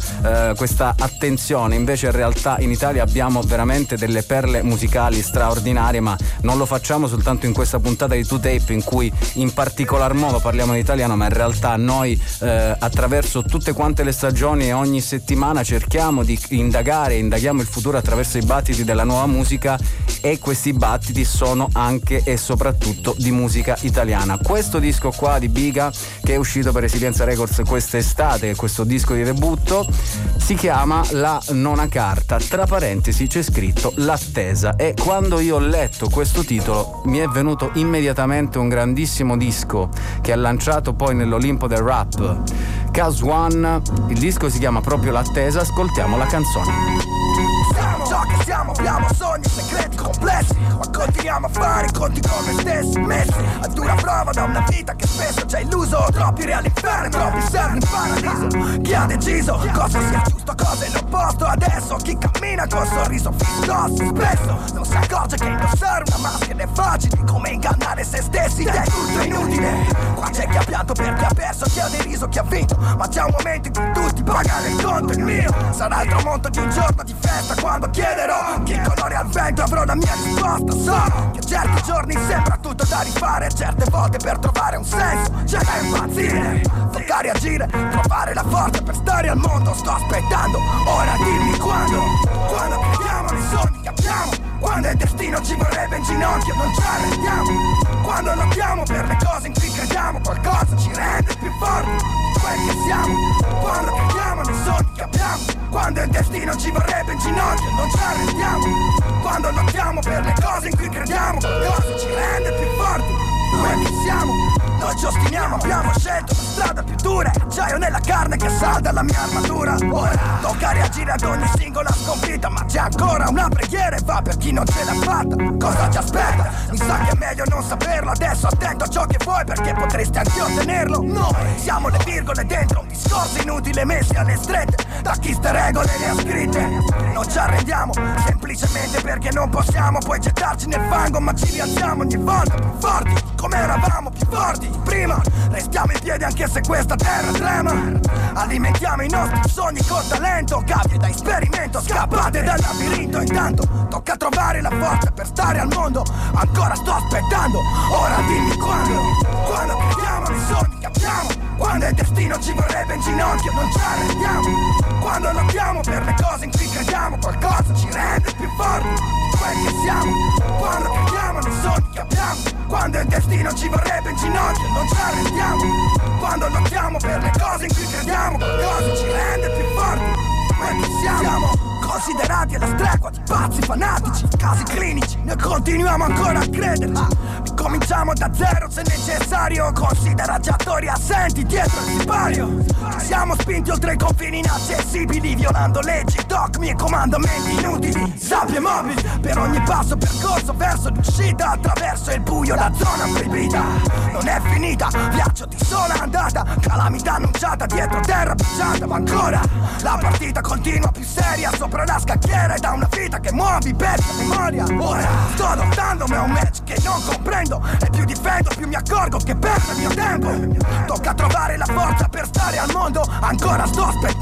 Speaker 3: attenzione, invece in realtà in Italia abbiamo veramente delle perle musicali straordinarie, ma non lo facciamo soltanto in questa puntata di 2Tape in cui in particolar modo parliamo di italiano, ma in realtà noi attraverso tutte quante le stagioni e ogni settimana cerchiamo di indaghiamo il futuro attraverso i battiti della nuova musica, e questi battiti sono anche e soprattutto di musica italiana. Questo disco qua di Biga, che è uscito per Resilienza Records quest'estate, questo disco di debutto, si chiama La Nona Carta, tra parentesi c'è scritto L'attesa, e quando io ho letto questo titolo mi è venuto immediatamente un grandissimo disco che ha lanciato poi nell'Olimpo del rap, Cause One. Il disco si chiama proprio L'attesa, ascoltiamo la canzone.
Speaker 13: Siamo ciò che siamo, abbiamo sogni, segreti complessi, ma continuiamo a fare i conti con noi stessi, messi a dura prova da una vita che spesso ci ha illuso. Troppi reali all'inferno, troppi servi in paradiso. Chi ha deciso cosa sia giusto, cosa è l'opposto? Adesso chi cammina col sorriso fisso spesso non si accorge che indossare una maschera è facile come ingannare se stessi, è tutto inutile. Qua c'è chi ha pianto perché ha perso, chi ha deriso, chi ha vinto, ma c'è un momento in cui tutti pagano il conto. Il mio sarà il tramonto di un giorno di festa, quando chiederò che colore al vento avrò la mia risposta. So che certi giorni sembra tutto da rifare, certe volte per trovare un senso c'è da impazzire. Tocca reagire, trovare la forza per stare al mondo. Sto aspettando, ora dimmi quando crediamo nei sogni che abbiamo, quando il destino ci vorrebbe in ginocchio non ci arrendiamo, quando lottiamo per le cose in cui crediamo, qualcosa ci rende più forti di quel che siamo, quando crediamo nei sogni che abbiamo, quando il destino ci vorrebbe in ginocchio non ci arrendiamo, quando lottiamo per le cose in cui crediamo, qualcosa ci rende più forti di quel che siamo. Noi ci ostiniamo, abbiamo scelto la strada più dura, acciaio nella carne che salda la mia armatura. Ora tocca reagire ad ogni singola sconfitta, ma c'è ancora una preghiera e va per chi non ce l'ha fatta. Cosa ti aspetta? Mi sa che è meglio non saperlo. Adesso attento a ciò che vuoi, perché potresti anche ottenerlo. Noi siamo le virgole dentro un discorso inutile messi alle strette da chi ste regole le ha scritte. Non ci arrendiamo semplicemente perché non possiamo poi gettarci nel fango, ma ci rialziamo ogni volta più forti come eravamo più forti prima. Restiamo in piedi anche se questa terra trema. Alimentiamo i nostri sogni con talento, cavie da esperimento, scappate dal labirinto. Intanto tocca trovare la forza per stare al mondo. Ancora sto aspettando, ora dimmi quando crediamo nei sogni che abbiamo, quando il destino ci vorrebbe in ginocchio non ci arrendiamo, quando lottiamo per le cose in cui crediamo, qualcosa ci rende più forti di quel che siamo, quando crediamo nei sogni che abbiamo, quando il destino ci vorrebbe in ginocchio non ci arrendiamo, quando lottiamo per le cose in cui crediamo, qualcosa ci rende più forti di quel che siamo. Considerati alla stregua di pazzi fanatici, casi clinici, noi continuiamo ancora a crederci. Cominciamo da zero se necessario, considera già attori assenti dietro il sipario. Ci siamo spinti oltre i confini inaccessibili, violando leggi, dogmi e comandamenti inutili. Sabbie mobili per ogni passo percorso verso l'uscita, attraverso il buio la zona proibita. Non è finita, viaggio di sola andata, calamità annunciata dietro terra bruciata, ma ancora la partita continua più seria sopra la scacchiera, e da una vita che muovi persa memoria. Ora sto lottando ma è un match che non comprendo, e più difendo più mi accorgo che perdo il mio tempo. Tocca trovare la forza per stare al mondo, ancora sto aspettando.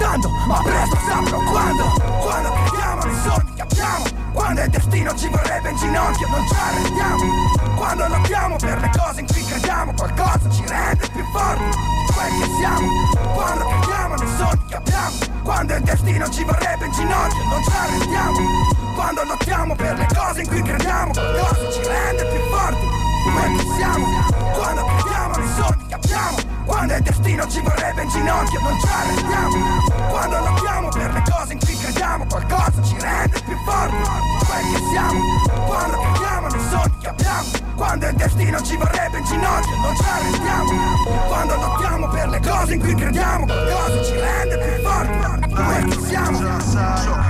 Speaker 13: in ginocchio, non ci arrendiamo. Quando lottiamo per le cose in cui crediamo, qualcosa ci rende più forti di quel che siamo. Quando crediamo nei sogni che abbiamo, quando il destino ci vorrebbe in ginocchio, non ci arrendiamo. Quando lottiamo per le cose in cui crediamo, qualcosa ci rende più forti di quel che siamo. Quando crediamo nei sogni che abbiamo, quando il destino ci vorrebbe in ginocchio, non ci arrendiamo. Quando lottiamo per le cose in cui crediamo, qualcosa ci rende più forti di quel che siamo. Quando crediamo nei sogni che abbiamo, quando il destino ci vorrebbe in ginocchio, non ci arrendiamo. Quando lottiamo per le cose in cui crediamo, qualcosa ci rende più forti di quel che siamo.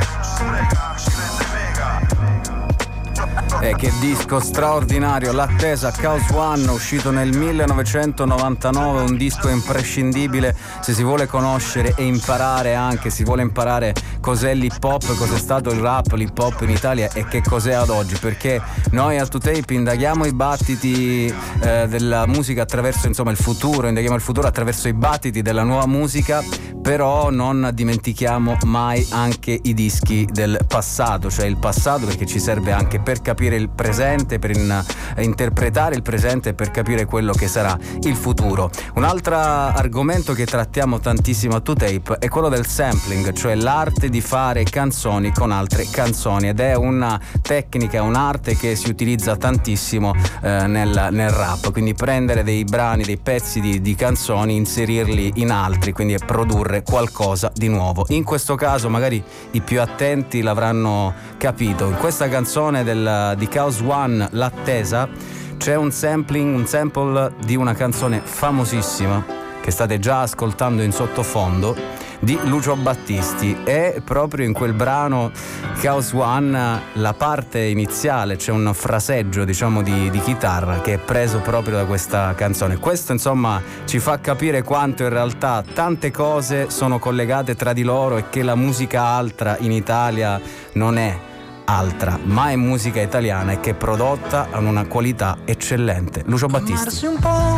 Speaker 3: Che disco straordinario, L'Attesa, Chaos One, uscito nel 1999, un disco imprescindibile se si vuole conoscere e imparare anche, si vuole imparare cos'è l'hip hop, cos'è stato il rap, l'hip hop in Italia e che cos'è ad oggi, perché noi a 2Tape indaghiamo i battiti della musica attraverso, insomma, il futuro, indaghiamo il futuro attraverso i battiti della nuova musica, però non dimentichiamo mai anche i dischi del passato, cioè il passato, perché ci serve anche per capire il presente, per interpretare il presente e per capire quello che sarà il futuro. Un altro argomento che trattiamo tantissimo a 2Tape è quello del sampling, cioè l'arte di fare canzoni con altre canzoni, ed è una tecnica, un'arte che si utilizza tantissimo nel rap, quindi prendere dei brani, dei pezzi di canzoni, inserirli in altri, quindi produrre qualcosa di nuovo. In questo caso magari i più attenti l'avranno capito, in questa canzone di Chaos One, L'Attesa, c'è un sample di una canzone famosissima che state già ascoltando in sottofondo di Lucio Battisti, e proprio in quel brano Chaos One la parte iniziale c'è un fraseggio, diciamo, di chitarra che è preso proprio da questa canzone. Questo, insomma, ci fa capire quanto in realtà tante cose sono collegate tra di loro e che la musica altra in Italia non è altra, ma è musica italiana e che è prodotta a una qualità eccellente. Lucio Battisti.
Speaker 12: Un po'.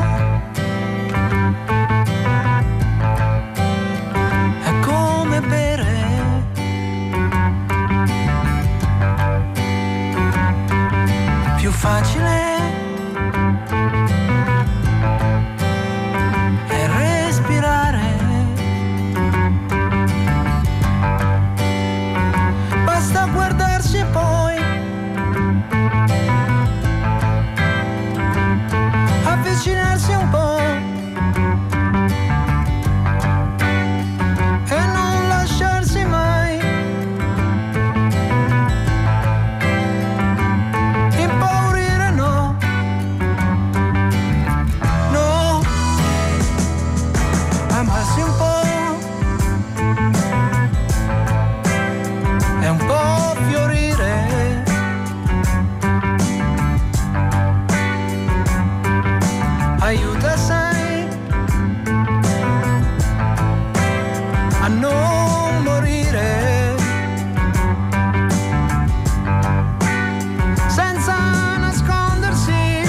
Speaker 12: È come bere. Più facile è respirare. Basta guardarsi e poi avvicinarsi un po' e non lasciarsi mai impaurire, no, no, amarsi un po' e un po' fiorire. Aiuta, sai, a non morire senza nascondersi,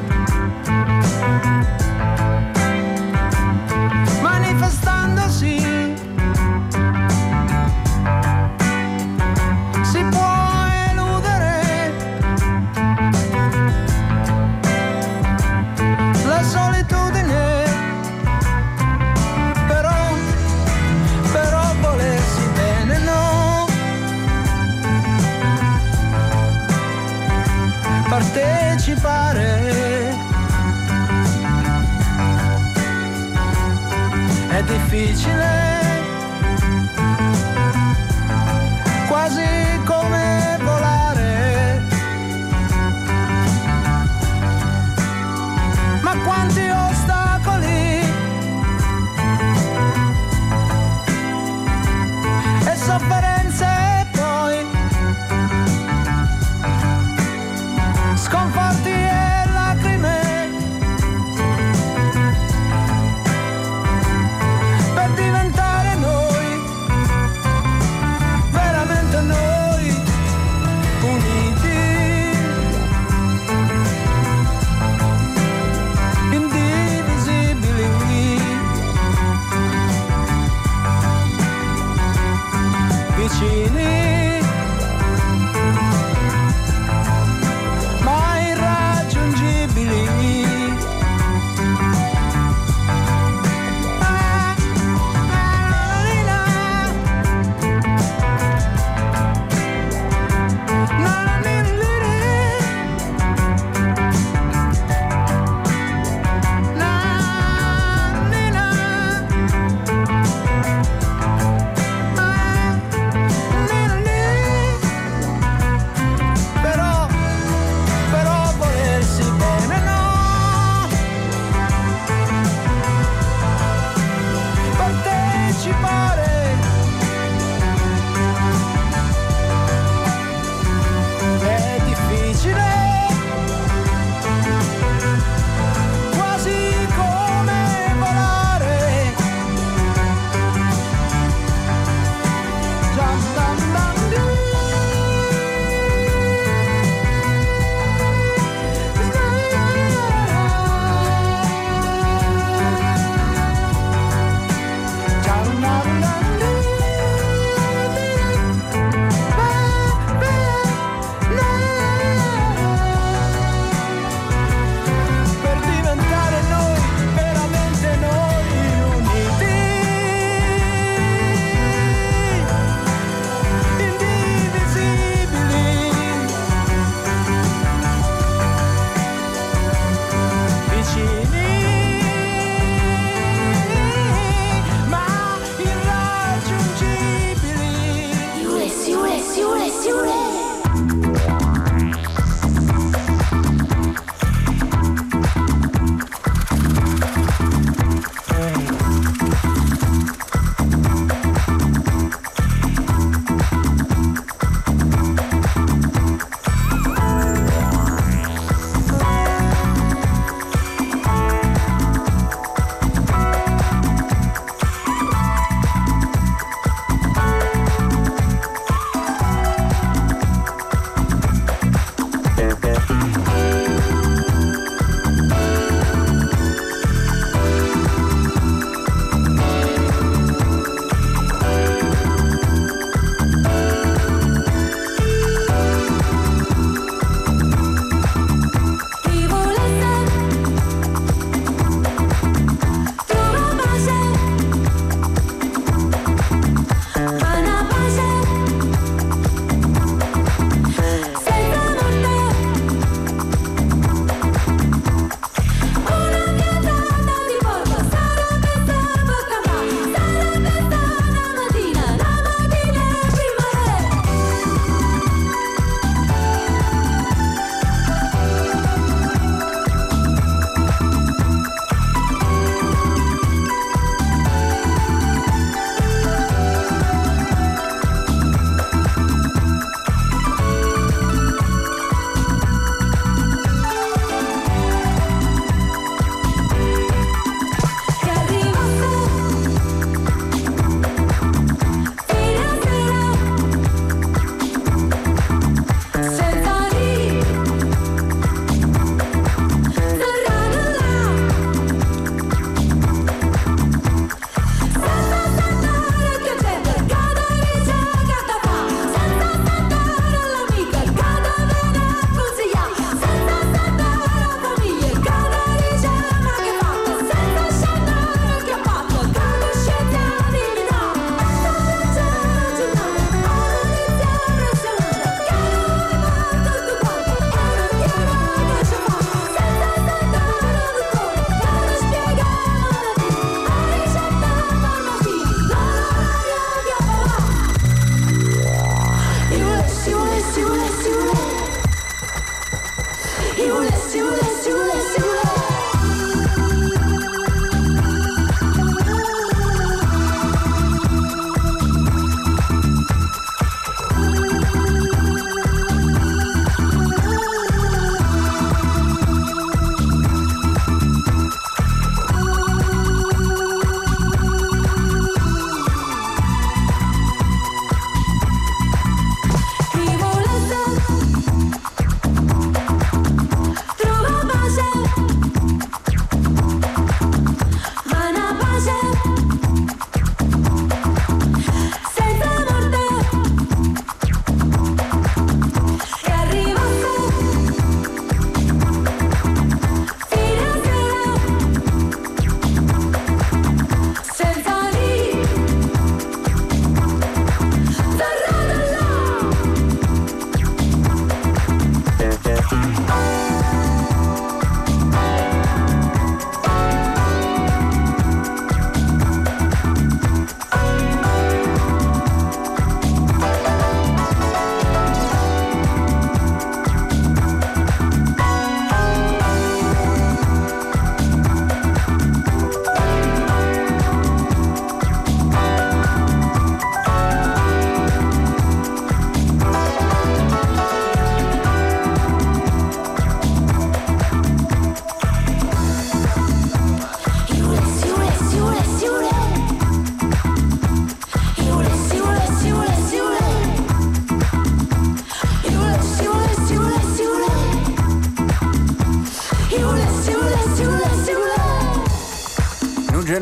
Speaker 12: manifestandosi. Si può eludere la solitudine, però volersi bene, no, partecipare è difficile, quasi come volare, ma quanti ostacoli e sofferenze, e poi sconforti e lacrime per diventare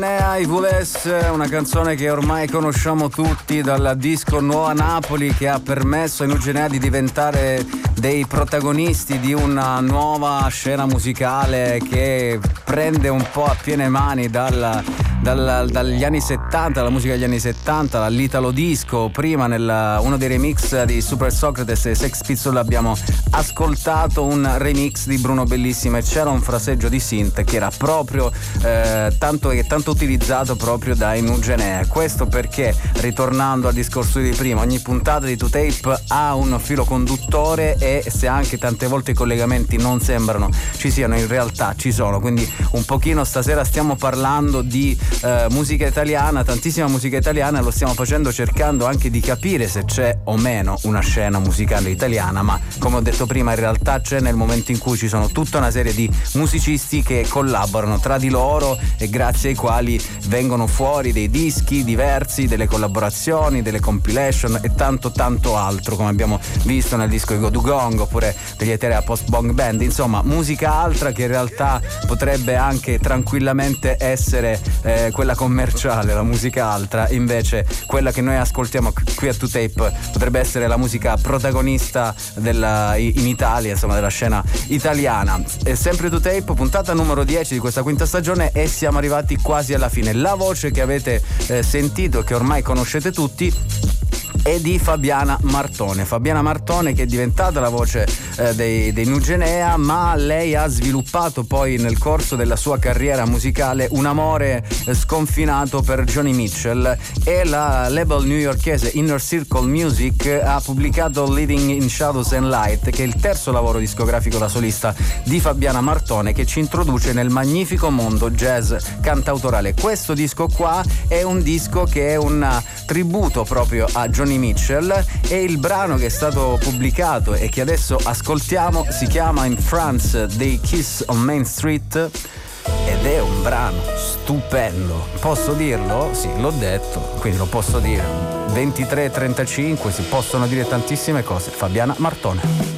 Speaker 3: Nugenea, I Voulez, una canzone che ormai conosciamo tutti dal disco Nuova Napoli, che ha permesso ai Nugenea di diventare dei protagonisti di una nuova scena musicale che prende un po' a piene mani dagli anni 70, la musica degli anni 70, l'italo disco. Prima uno dei remix di Super Socrates e Sex Pistols abbiamo ascoltato un remix di Bruno Bellissimo e c'era un fraseggio di synth che era proprio tanto utilizzato proprio dai Nugenea. Questo perché, ritornando al discorso di prima, ogni puntata di 2Tape ha un filo conduttore e se anche tante volte i collegamenti non sembrano ci siano, in realtà ci sono. Quindi un pochino stasera stiamo parlando di musica italiana, tantissima musica italiana, lo stiamo facendo cercando anche di capire se c'è o meno una scena musicale italiana, ma come ho detto prima in realtà c'è, nel momento in cui ci sono tutta una serie di musicisti che collaborano tra di loro e grazie ai quali vengono fuori dei dischi diversi, delle collaborazioni, delle compilation e tanto altro, come abbiamo visto nel disco di Go Gong oppure degli Eterea Post Bong Band. Insomma, musica altra che in realtà potrebbe anche tranquillamente essere quella commerciale, la musica altra. Invece quella che noi ascoltiamo qui a 2Tape potrebbe essere la musica protagonista in Italia, insomma, della scena italiana. È sempre 2Tape, puntata numero 10 di questa quinta stagione e siamo arrivati quasi alla fine. La voce che avete sentito, che ormai conoscete tutti, è di Fabiana Martone. Fabiana Martone, che è diventata la voce dei Nugenea, ma lei ha sviluppato poi nel corso della sua carriera musicale un amore sconfinato per Joni Mitchell e la label newyorkese Inner Circle Music ha pubblicato Living in Shadows and Light, che è il terzo lavoro discografico da solista di Fabiana Martone, che ci introduce nel magnifico mondo jazz cantautorale. Questo disco qua è un disco che è un tributo proprio a Joni Mitchell e il brano che è stato pubblicato e che adesso ascoltiamo si chiama In France They Kiss on Main Street ed è un brano stupendo. Posso dirlo? Sì, l'ho detto, quindi lo posso dire. 23:35, si possono dire tantissime cose. Fabiana Martone.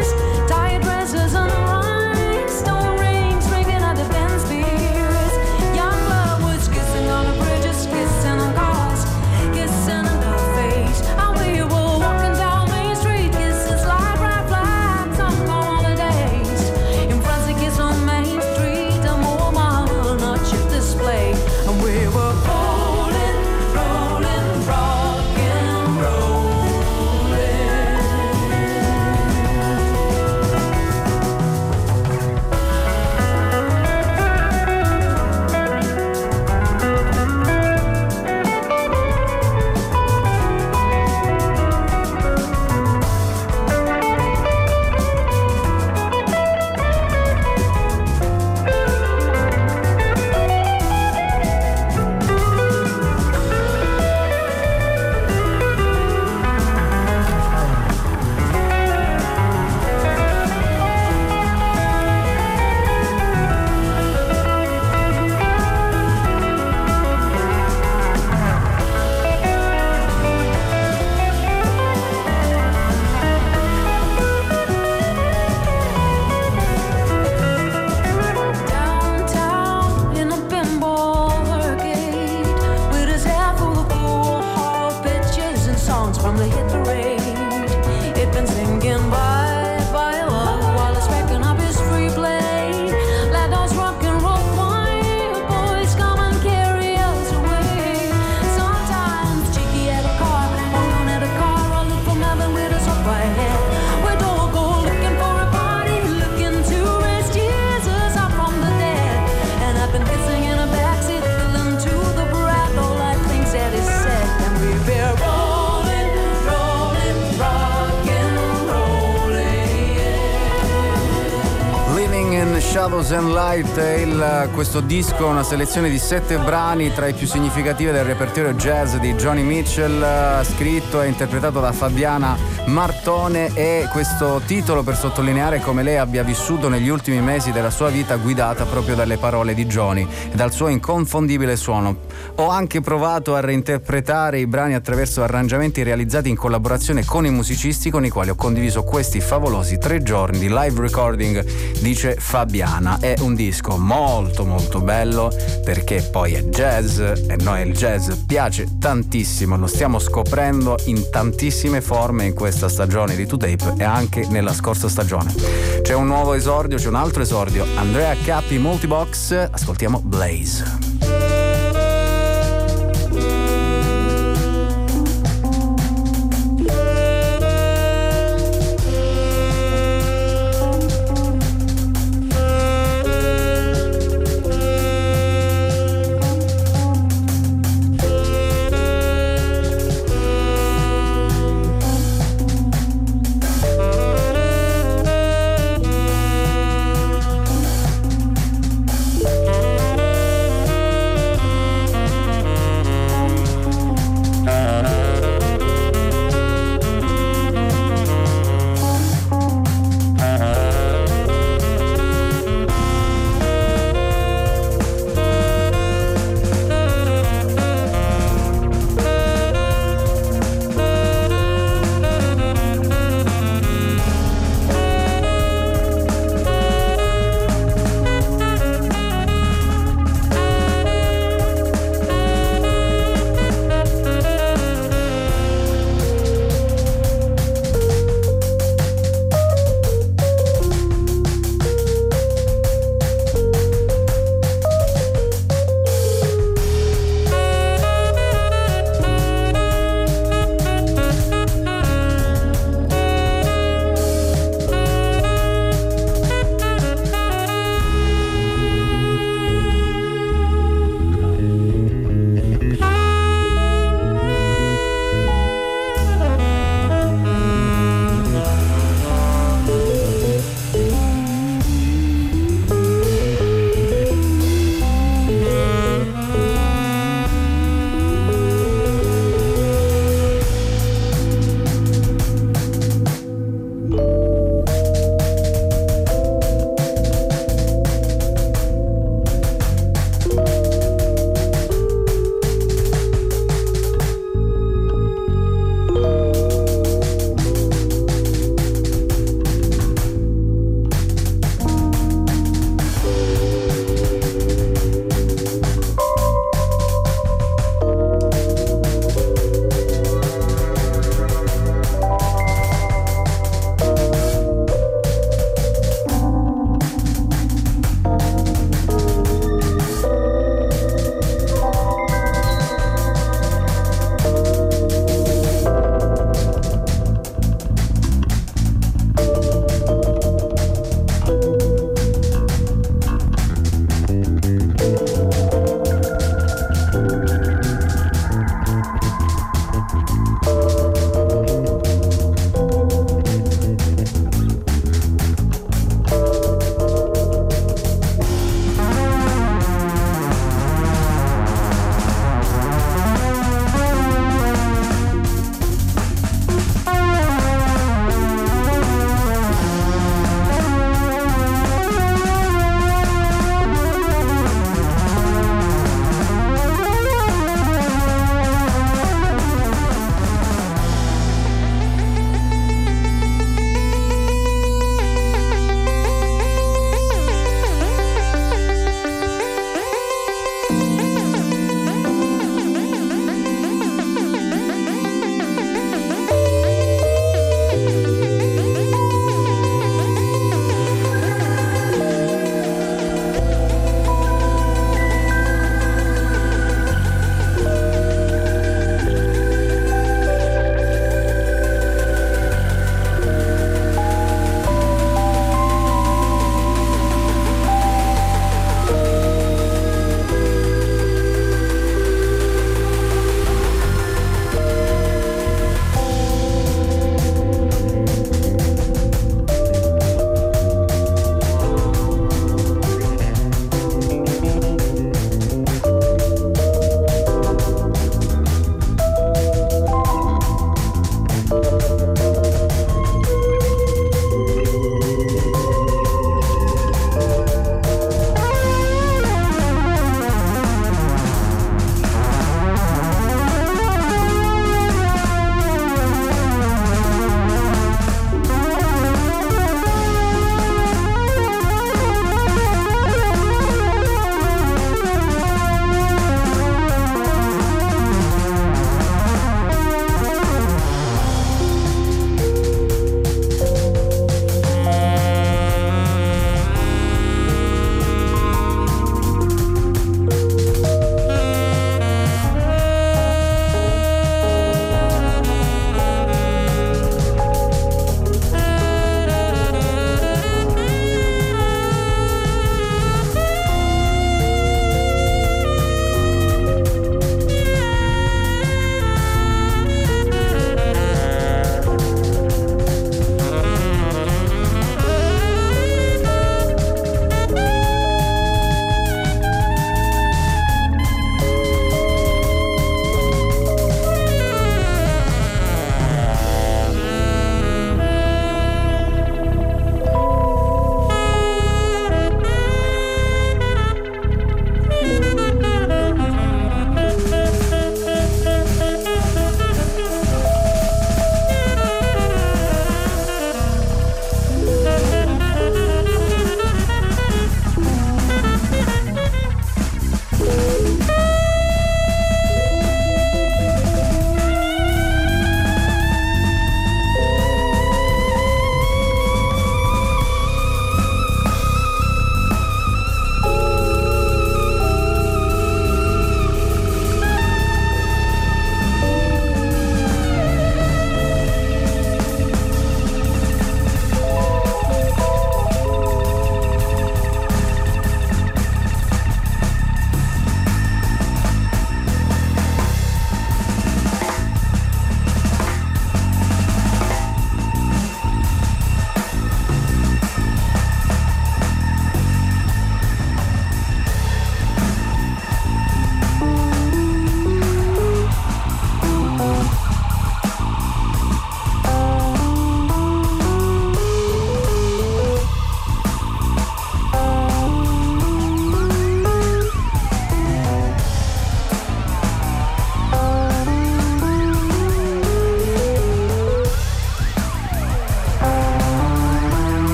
Speaker 14: Tired dresses and rhinestones, rings ringing at the Benz Beers.
Speaker 3: Shadows and Light, questo disco, una selezione di 7 brani tra i più significativi del repertorio jazz di Joni Mitchell, scritto e interpretato da Fabiana Martone, e questo titolo per sottolineare come lei abbia vissuto negli ultimi mesi della sua vita guidata proprio dalle parole di Joni e dal suo inconfondibile suono. Ho anche provato a reinterpretare i brani attraverso arrangiamenti realizzati in collaborazione con i musicisti con i quali ho condiviso questi favolosi 3 giorni di live recording, dice Fabiana. È un disco molto molto bello perché poi è jazz e noi il jazz piace tantissimo, lo stiamo scoprendo in tantissime forme in questa stagione di 2Tape e anche nella scorsa stagione. C'è un nuovo esordio, c'è un altro esordio, Andrea Cappi, Multibox, ascoltiamo Blaze.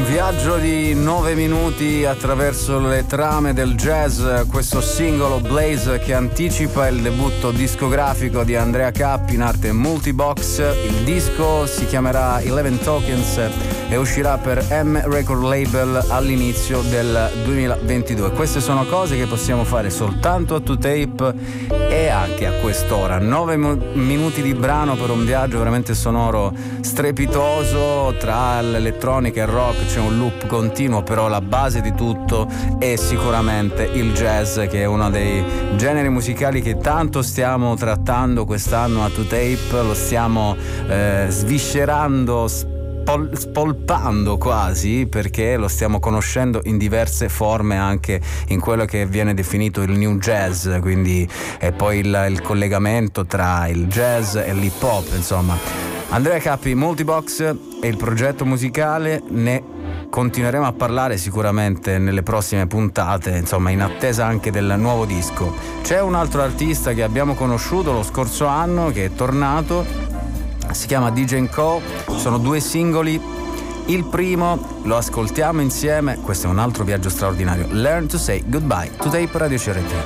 Speaker 3: Un viaggio di 9 minuti attraverso le trame del jazz, questo singolo Blaze che anticipa il debutto discografico di Andrea Cappi in arte Multibox. Il disco si chiamerà 11 Tokens e uscirà per M Record Label all'inizio del 2022. Queste sono cose che possiamo fare soltanto a 2Tape e anche a quest'ora. 9 minuti di brano per un viaggio veramente sonoro strepitoso, tra l'elettronica e il rock c'è un loop continuo, però la base di tutto è sicuramente il jazz, che è uno dei generi musicali che tanto stiamo trattando quest'anno a 2Tape, lo stiamo sviscerando, spolpando quasi, perché lo stiamo conoscendo in diverse forme anche in quello che viene definito il new jazz, quindi è poi il collegamento tra il jazz e l'hip hop, insomma. Andrea Cappi, Multibox è il progetto musicale, ne continueremo a parlare sicuramente nelle prossime puntate, insomma, in attesa anche del nuovo disco. C'è un altro artista che abbiamo conosciuto lo scorso anno che è tornato, si chiama DJ Co, sono 2 singoli. Il primo lo ascoltiamo insieme, questo è un altro viaggio straordinario, Learn to Say Goodbye, 2Tape Radio CRT.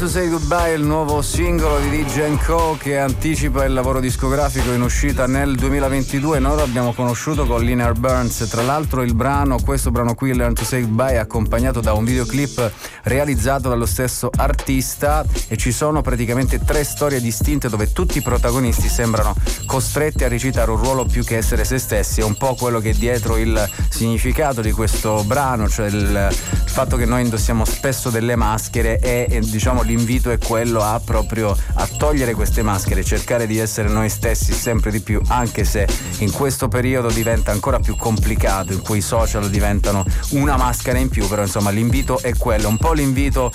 Speaker 3: to Say Goodbye è il nuovo singolo di DJ & Co che anticipa il lavoro discografico in uscita nel 2022. Noi lo abbiamo conosciuto con Linear Burns. Tra l'altro questo brano qui, Learn to Say Goodbye, è accompagnato da un videoclip realizzato dallo stesso artista e ci sono praticamente 3 storie distinte dove tutti i protagonisti sembrano costretti a recitare un ruolo più che essere se stessi. È un po' quello che è dietro il significato di questo brano, cioè il fatto che noi indossiamo spesso delle maschere e diciamo l'invito è quello a proprio a togliere queste maschere, cercare di essere noi stessi sempre di più, anche se in questo periodo diventa ancora più complicato, in cui i social diventano una maschera in più. Però insomma l'invito è quello, un po' l'invito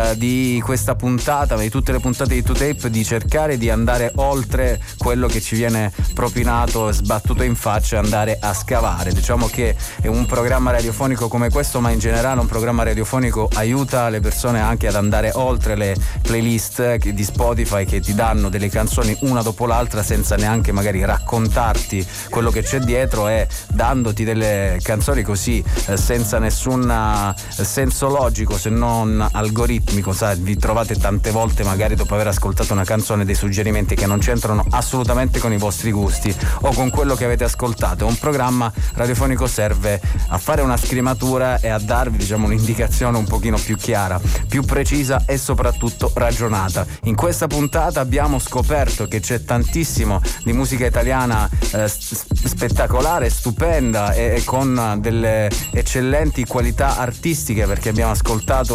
Speaker 3: di questa puntata, ma di tutte le puntate di 2Tape, di cercare di andare oltre quello che ci viene propinato, sbattuto in faccia, e andare a scavare. Diciamo che è un programma radiofonico come questo, ma in generale un programma radiofonico aiuta le persone anche ad andare oltre le playlist di Spotify che ti danno delle canzoni una dopo l'altra senza neanche magari raccontarti quello che c'è dietro, e dandoti delle canzoni così senza nessun senso logico se non algoritmico. Vi trovate tante volte magari dopo aver ascoltato una canzone dei suggerimenti che non c'entrano assolutamente con i vostri gusti o con quello che avete ascoltato. Un programma radiofonico serve a fare una scrimatura e a darvi, diciamo, un'indicazione un pochino più chiara, più precisa e soprattutto ragionata. In questa puntata abbiamo scoperto che c'è tantissimo di musica italiana spettacolare, stupenda e con delle eccellenti qualità artistiche, perché abbiamo ascoltato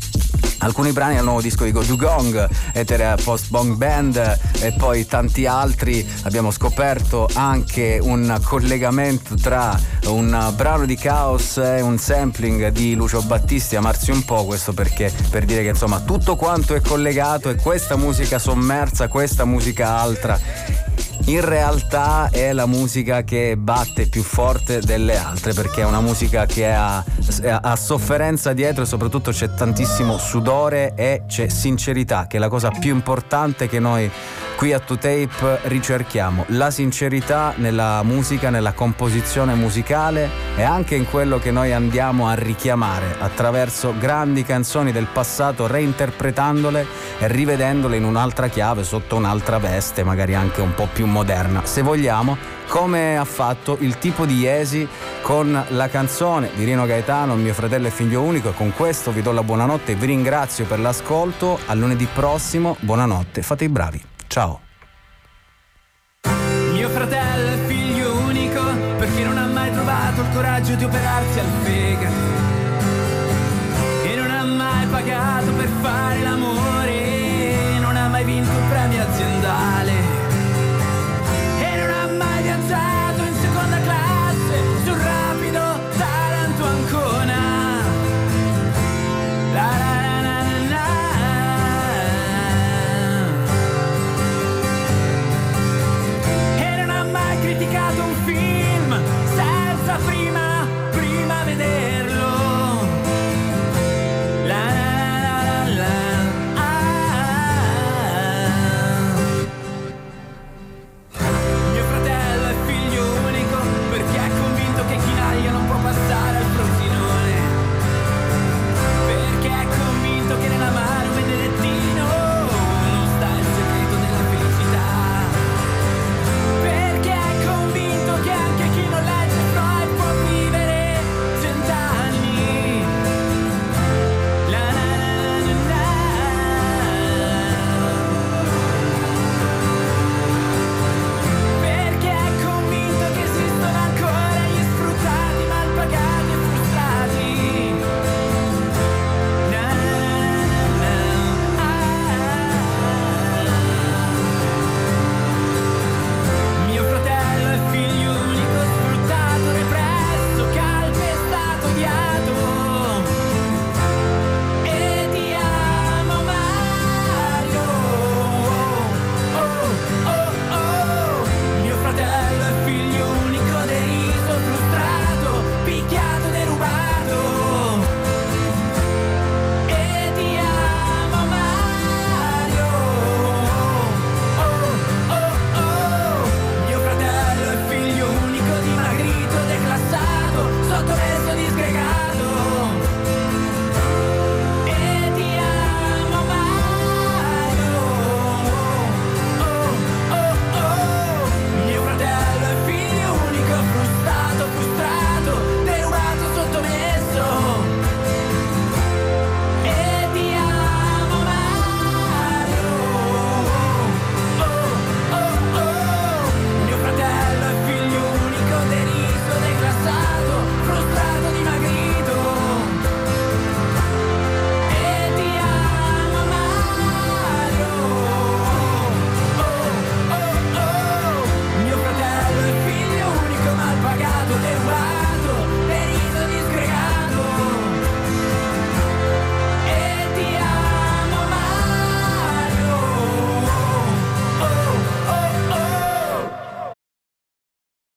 Speaker 3: alcuni brani al nuovo disco di Go Dugong, Etere Post Bong Band e poi tanti altri. Abbiamo scoperto anche un collegamento tra un brano di Chaos e un sampling di Lucio Battisti, Amarsi un po', questo perché per dire che insomma tutto quanto è collegato, e questa musica sommersa, questa musica altra in realtà è la musica che batte più forte delle altre, perché è una musica che ha sofferenza dietro e soprattutto c'è tantissimo sudore e c'è sincerità, che è la cosa più importante che noi qui a 2Tape ricerchiamo. La sincerità nella musica, nella composizione musicale e anche in quello che noi andiamo a richiamare attraverso grandi canzoni del passato, reinterpretandole e rivedendole in un'altra chiave, sotto un'altra veste, magari anche un po' più moderna, se vogliamo, come ha fatto il Tipo di Jesi con la canzone di Rino Gaetano, Mio fratello e figlio unico. E con questo vi do la buonanotte e vi ringrazio per l'ascolto. A lunedì prossimo, buonanotte, fate i bravi, ciao.
Speaker 12: Mio fratello è figlio unico perché non ha mai trovato il coraggio di operarsi al fegato e non ha mai pagato per fare l'amore, non ha mai vinto premi aziendali